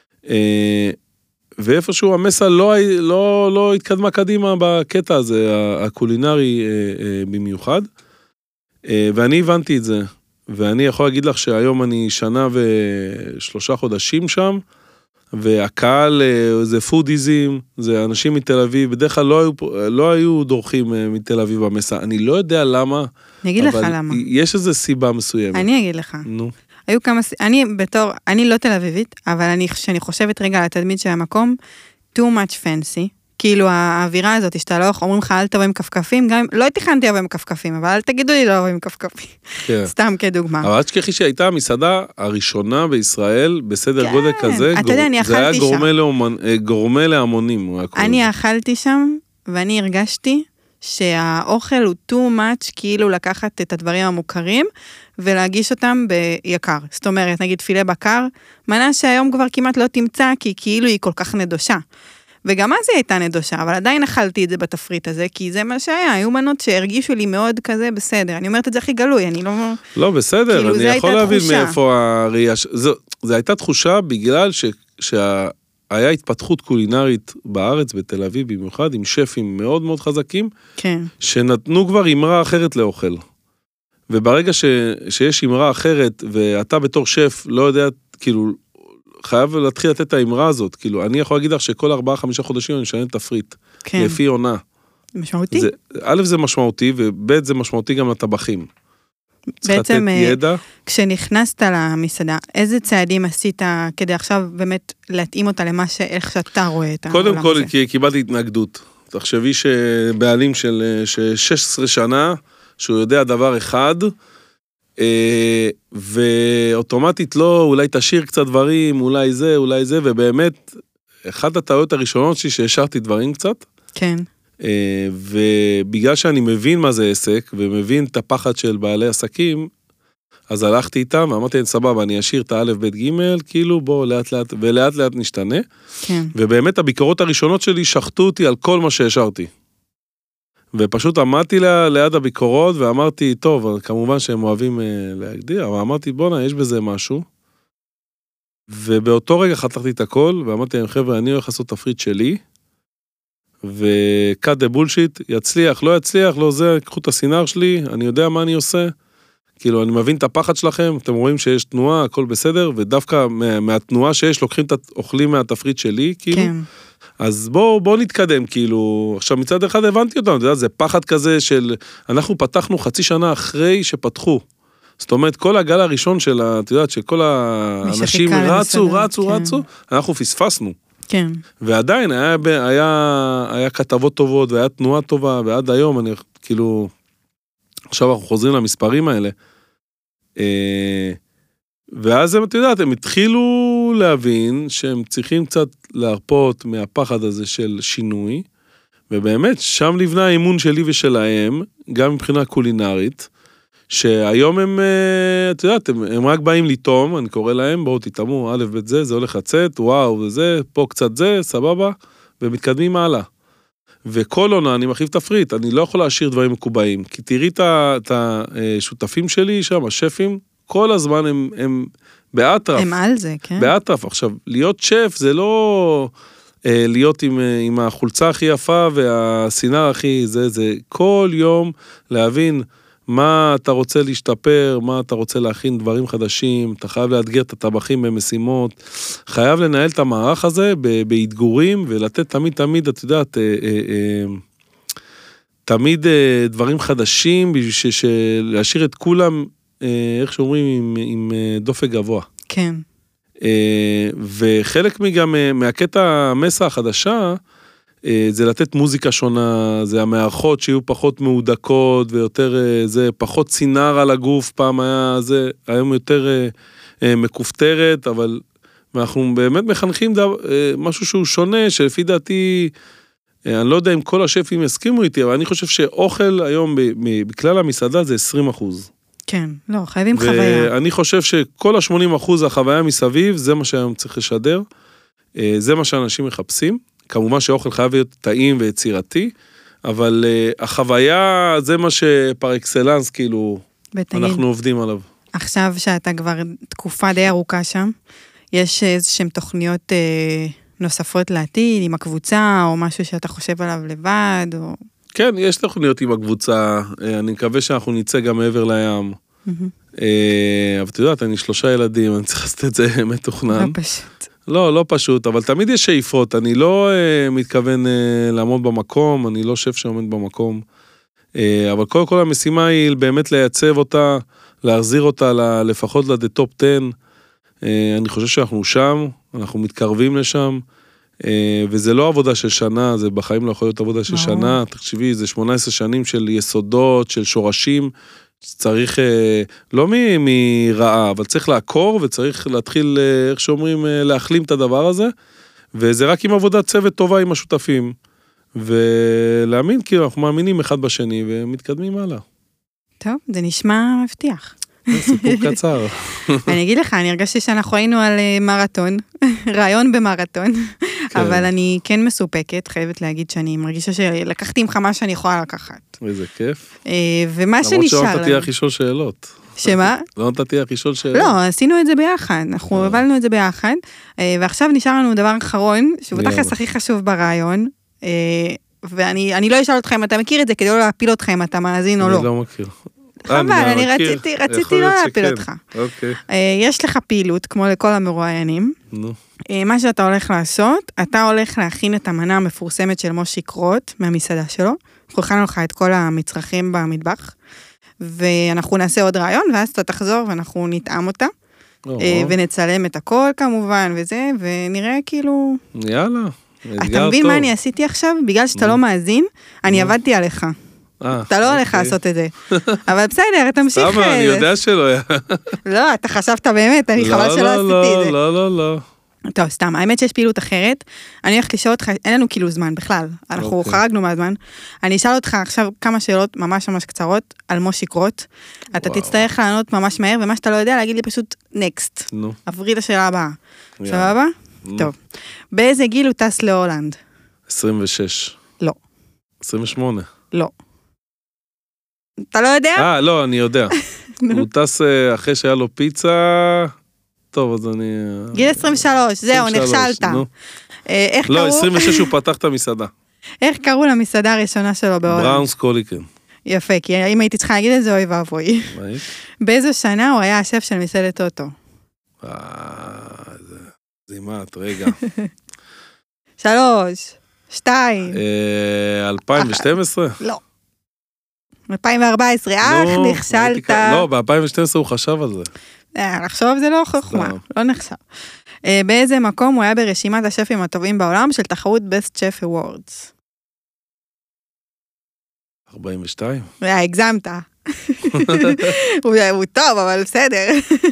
ואיפשהו המסע לא התקדמה קדימה בקטע הזה, הקולינרי במיוחד, ואני הבנתי את זה, ואני יכול להגיד לך שהיום אני 1 ו3 חודשים שם, והקהל זה פודיזם, זה אנשים מתל אביב, בדרך כלל לא היו דורכים מתל אביב במסע, אני לא יודע למה, אני אגיד לך למה. יש איזו סיבה מסוימת. אני אגיד לך. נו. היו כמה, אני לא תל אביבית, אבל כשאני חושבת רגע על התדמית של המקום, too much fancy, כאילו האווירה הזאת, שאתה לא אומרים לך, אל תבוא עם כפכפים, גם לא תכנתי לבוא עם כפכפים, אבל אל תגידו לי לא לבוא עם כפכפים. סתם כדוגמה. אבל עד שכחי שהייתה המסעדה הראשונה בישראל, בסדר גודל כזה, אתה יודע, אני זה היה אכלתי גורמה להמונים. אני אכלתי שם, ואני הרגשתי שהאוכל הוא too much, כאילו לקחת את הדברים המוכרים, ולהגיש אותם ביקר. זאת אומרת, נגיד פילה בקר, מנה שהיום כבר כמעט לא תמצא, כי כאילו היא כל כך נדושה. וגם אז היא הייתה נדושה, אבל עדיין אכלתי את זה בתפריט הזה, כי זה מה שהיה, היו מנות שהרגישו לי מאוד כזה בסדר. אני אומרת את זה הכי גלוי, אני לא... לא, בסדר, כאילו, אני יכול להבין מאיפה הראייה... זו הייתה תחושה בגלל היה התפתחות קולינרית בארץ, בתל אביב במיוחד, עם שפים מאוד מאוד חזקים, כן. שנתנו כבר אמרה אחרת לאוכל. וברגע שיש אמרה אחרת, ואתה בתור שף לא יודע, כאילו, חייב להתחיל לתת את האמרה הזאת. כאילו, אני יכול להגיד לך שכל 4-5 חודשים אני משנה תפריט. כן. לפי עונה. משמעותי? א' זה משמעותי, וב' זה משמעותי גם לטבחים. בעצם, כשנכנסת למסעדה, איזה צעדים עשית כדי עכשיו באמת להתאים אותה איך שאתה רואה את העולם הזה? קודם כל, קיבלתי התנגדות. תחשבי שבעלים של 16 שנה, שהוא יודע דבר אחד, ואוטומטית לא, אולי תשאיר קצת דברים, אולי זה, ובאמת, אחת הטעויות הראשונות שלי שהשארתי דברים קצת. כן. ובגלל שאני מבין מה זה עסק, ומבין את הפחד של בעלי עסקים, אז הלכתי איתם, ואמרתי, סבבה, אני אשאיר את האלף בית ג' כאילו בוא לאט לאט, ולאט לאט נשתנה. כן. ובאמת הביקורות הראשונות שלי שחטו אותי על כל מה שהשארתי. ופשוט עמדתי ליד הביקורות, ואמרתי, טוב, כמובן שהם אוהבים להגדיר, אבל אמרתי, בונה, יש בזה משהו. ובאותו רגע חתכתי את הכל, ואמרתי להם, חבר'ה, אני הולך לעשות תפריט שלי, cut the bullshit, יצליח, לא יצליח, לא זה, קחו את הסינר שלי, אני יודע מה אני עושה, כאילו, אני מבין את הפחד שלכם, אתם רואים שיש תנועה, הכל בסדר, ודווקא מהתנועה שיש, אוכלים מהתפריט שלי, כאילו, כן. אז בואו נתקדם, כאילו, עכשיו מצד אחד הבנתי אותם, אתה יודע, זה פחד כזה של, אנחנו פתחנו חצי שנה אחרי שפתחו, זאת אומרת, כל הגל הראשון של, אתה יודעת, שכל האנשים רצו, אנחנו פספסנו. כן. ועדיין היה כתבות טובות, והיה תנועה טובה, ועד היום אני, כאילו, עכשיו אנחנו חוזרים למספרים האלה, ואז הם, אתה יודעת, הם התחילו להבין שהם צריכים קצת להרפות מהפחד הזה של שינוי, ובאמת, שם לבנה האימון שלי ושלהם, גם מבחינה קולינרית, שהיום הם, אתה יודעת, הם רק באים לטום, אני קורא להם, בואו תטעמו, א' ב' זה הולך לצאת, וואו, וזה, פה קצת זה, סבבה, ומתקדמים הלאה. וכל עונה אני מחליף תפריט, אני לא יכול להשאיר דברים מקובעים, כי תראי את השותפים שלי שם, השפים, כל הזמן הם באטרף. הם על זה, כן. באטרף. עכשיו, להיות שף זה לא להיות עם החולצה הכי יפה והסינר הכי זה כל יום להבין מה אתה רוצה להשתפר, מה אתה רוצה להכין דברים חדשים, אתה חייב לאתגר את הטבחים במשימות, חייב לנהל את המערך הזה בהתגורים, ולתת תמיד, את יודעת, תמיד דברים חדשים, בשביל להשאיר את כולם, איך שאומרים, עם דופק גבוה. כן. וחלק גם מהקטע המסע החדשה, זה לתת מוזיקה שונה, זה המערכות שיהיו פחות מהודקות, ויותר, זה פחות צינר על הגוף, פעם היה זה, היום יותר מקופטרת, אבל אנחנו באמת מחנכים משהו שהוא שונה, שלפי דעתי, אני לא יודע אם כל השפים יסכימו איתי, אבל אני חושב שאוכל היום, בכלל המסעדה זה 20%. כן, לא, חייבים חוויה. ואני חושב שכל ה-80% החוויה מסביב, זה מה שהיום צריך לשדר, זה מה שאנשים מחפשים, כמובן שאוכל חייב להיות טעים ויצירתי, אבל החוויה זה מה שפר אקסלנס, כאילו, אנחנו עובדים עליו. עכשיו שאתה כבר תקופה די ארוכה שם, יש איזשהם תוכניות נוספות לעתיד, עם הקבוצה, או משהו שאתה חושב עליו לבד, או... כן, יש תוכניות עם הקבוצה, אני מקווה שאנחנו נצא גם מעבר לים. אבל אתה יודעת, אני 3 ילדים, אני צריך לעשות את זה מתוכנן. לא פשוט. לא פשוט, אבל תמיד יש שאיפות, אני לא מתכוון לעמוד במקום, אני לא שף שעומד במקום, אבל קודם כל המשימה היא באמת לייצב אותה, להחזיר אותה לפחות לטופ 10, אני חושב שאנחנו שם, אנחנו מתקרבים לשם, וזה לא עבודה של שנה, זה בחיים לא יכול להיות עבודה של שנה, תחשבי, זה 18 שנים של יסודות, של שורשים, צריך, לא מרעה, אבל צריך לעקור, וצריך להתחיל, איך שאומרים, להחלים את הדבר הזה, וזה רק עם עבודת צוות טובה עם השותפים, ולהאמין, כי אנחנו מאמינים אחד בשני, ומתקדמים הלאה. טוב, זה נשמע מבטיח. סיפור קצר. אני אגיד לך, אני הרגשתי שאנחנו היינו על מרתון, רעיון במרתון, אבל אני כן מסופקת, חייבת להגיד שאני מרגישה שלקחתי ממך מה שאני יכולה לקחת. איזה כיף. ומה שנשאר לנו. למרות שלא נתתי לך לשאול שאלות. שמה? לא נתתי לך לשאול שאלות. לא, עשינו את זה ביחד, אנחנו הבלנו את זה ביחד, ועכשיו נשאר לנו דבר אחרון, שהוא בתכלס הכי חשוב ברעיון, ואני לא אשאל אותך אם אתה מכיר את זה, כדי לא להפיל אותך אם אתה מאזין או לא. אני לא מכיר. חבל, אני רציתי לא להפיל אותך. אוקיי. יש לך פעילות, כמו לכל המרואיינים. מה שאתה הולך לעשות, אתה הולך להכין את המנה המפורסמת של מושי קרוט, מהמסעדה שלו. אנחנו הכנו לך את כל המצרכים במטבח, ואנחנו נעשה עוד רעיון, ואז אתה תחזור ואנחנו נטעם אותה, ונצלם את הכל כמובן, וזה, ונראה כאילו... יאללה. אתה מבין מה אני עשיתי עכשיו? בגלל שאתה לא מאזין, אני עבדתי עליך. אתה לא הולך לעשות את זה. אבל בסדר, תמשיך. סתם, אני יודע שלא היה. לא, אתה חשבת באמת, אני חבל שלא עשיתי את זה. לא. טוב, סתם, האמת שיש פעילות אחרת. אני הולכת לשאול אותך, אין לנו כאילו זמן בכלל. אנחנו חרגנו מהזמן. אני אשאל אותך עכשיו כמה שאלות ממש ממש קצרות על מושי קרוט. אתה תצטרך לענות ממש מהר, ומה שאתה לא יודע, להגיד לי פשוט נקסט. עברי את השאלה הבאה. סבבה? טוב. באיזה גיל הוא טס להולנד? 26. לא. 28. לא. אתה לא יודע? לא, אני יודע. הוא טס אחרי שהיה לו פיצה... טוב, אז אני... גיל 23, זהו, נכשלת. איך קראו? לא, 26 הוא פתח את המסעדה. איך קראו למסעדה הראשונה שלו בהולנד? בראונס קוליקן. יפה, כי אם הייתי צריכה להגיד את זה, אוי ואבוי. באיזו שנה הוא היה השף של מסעדת אוטו? זימת, רגע. 3, 2. 2012? לא. 2014, נכשלת. לא, ב-2012 הוא חשב על זה. לחשוב זה לא חוכמה, לא נחשב. באיזה מקום הוא היה ברשימת השפים הטובים בעולם של תחרות Best Chef Awards? 42. הגזמת. הוא טוב, אבל בסדר.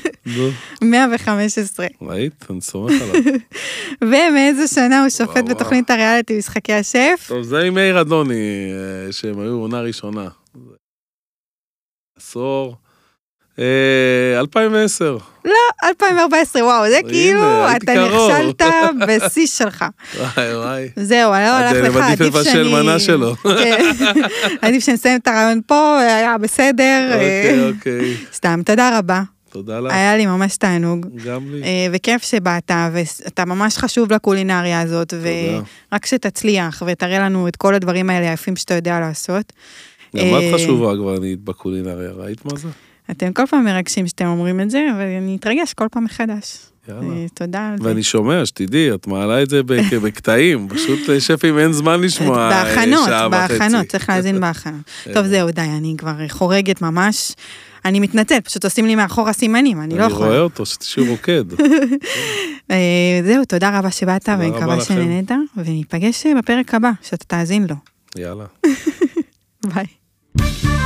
115. ראית? אני סומך עליו. ומאיזו שנה הוא שופט בתוכנית הריאליטי משחקי השף? טוב, זה עם מאיר אדוני, שהם היו עונה ראשונה. עשור. 2010. לא, 2014, וואו, זה כאילו, אתה נכשלת בשיא שלך. וואי. זהו, אני לא הולך לך, עדיף שאני... מנה שלו. עדיף שנסיים את הרעיון פה, היה בסדר. אוקיי. סתם, תודה רבה. תודה לך. היה לי ממש תענוג. גם לי. וכיף שבאת, ואתה ממש חשוב לקולינריה הזאת, ורק שתצליח, ותראה לנו את כל הדברים האלה היפים שאתה יודע לעשות. גם את חשובה כבר נהיית בקולינריה, ראית מה זה? אתם כל פעם מרגשים שאתם אומרים את זה, אבל אני אתרגש כל פעם מחדש. תודה על זה. ואני שומע, שתדעי, את מעלה את זה בקטעים, פשוט שפים אין זמן לשמוע בהכנות, צריך להזין בהכנות. טוב, זהו, די, אני כבר חורגת ממש. אני מתנצל, פשוט עושים לי מאחור הסימנים, אני לא יכולה. אני רואה אותו, שתשאיר רוקד. זהו, תודה רבה שבאת, ואני מקווה שנהנית, וניפגש בפרק הבא, שאתה תאזין לו. יאללה. ביי.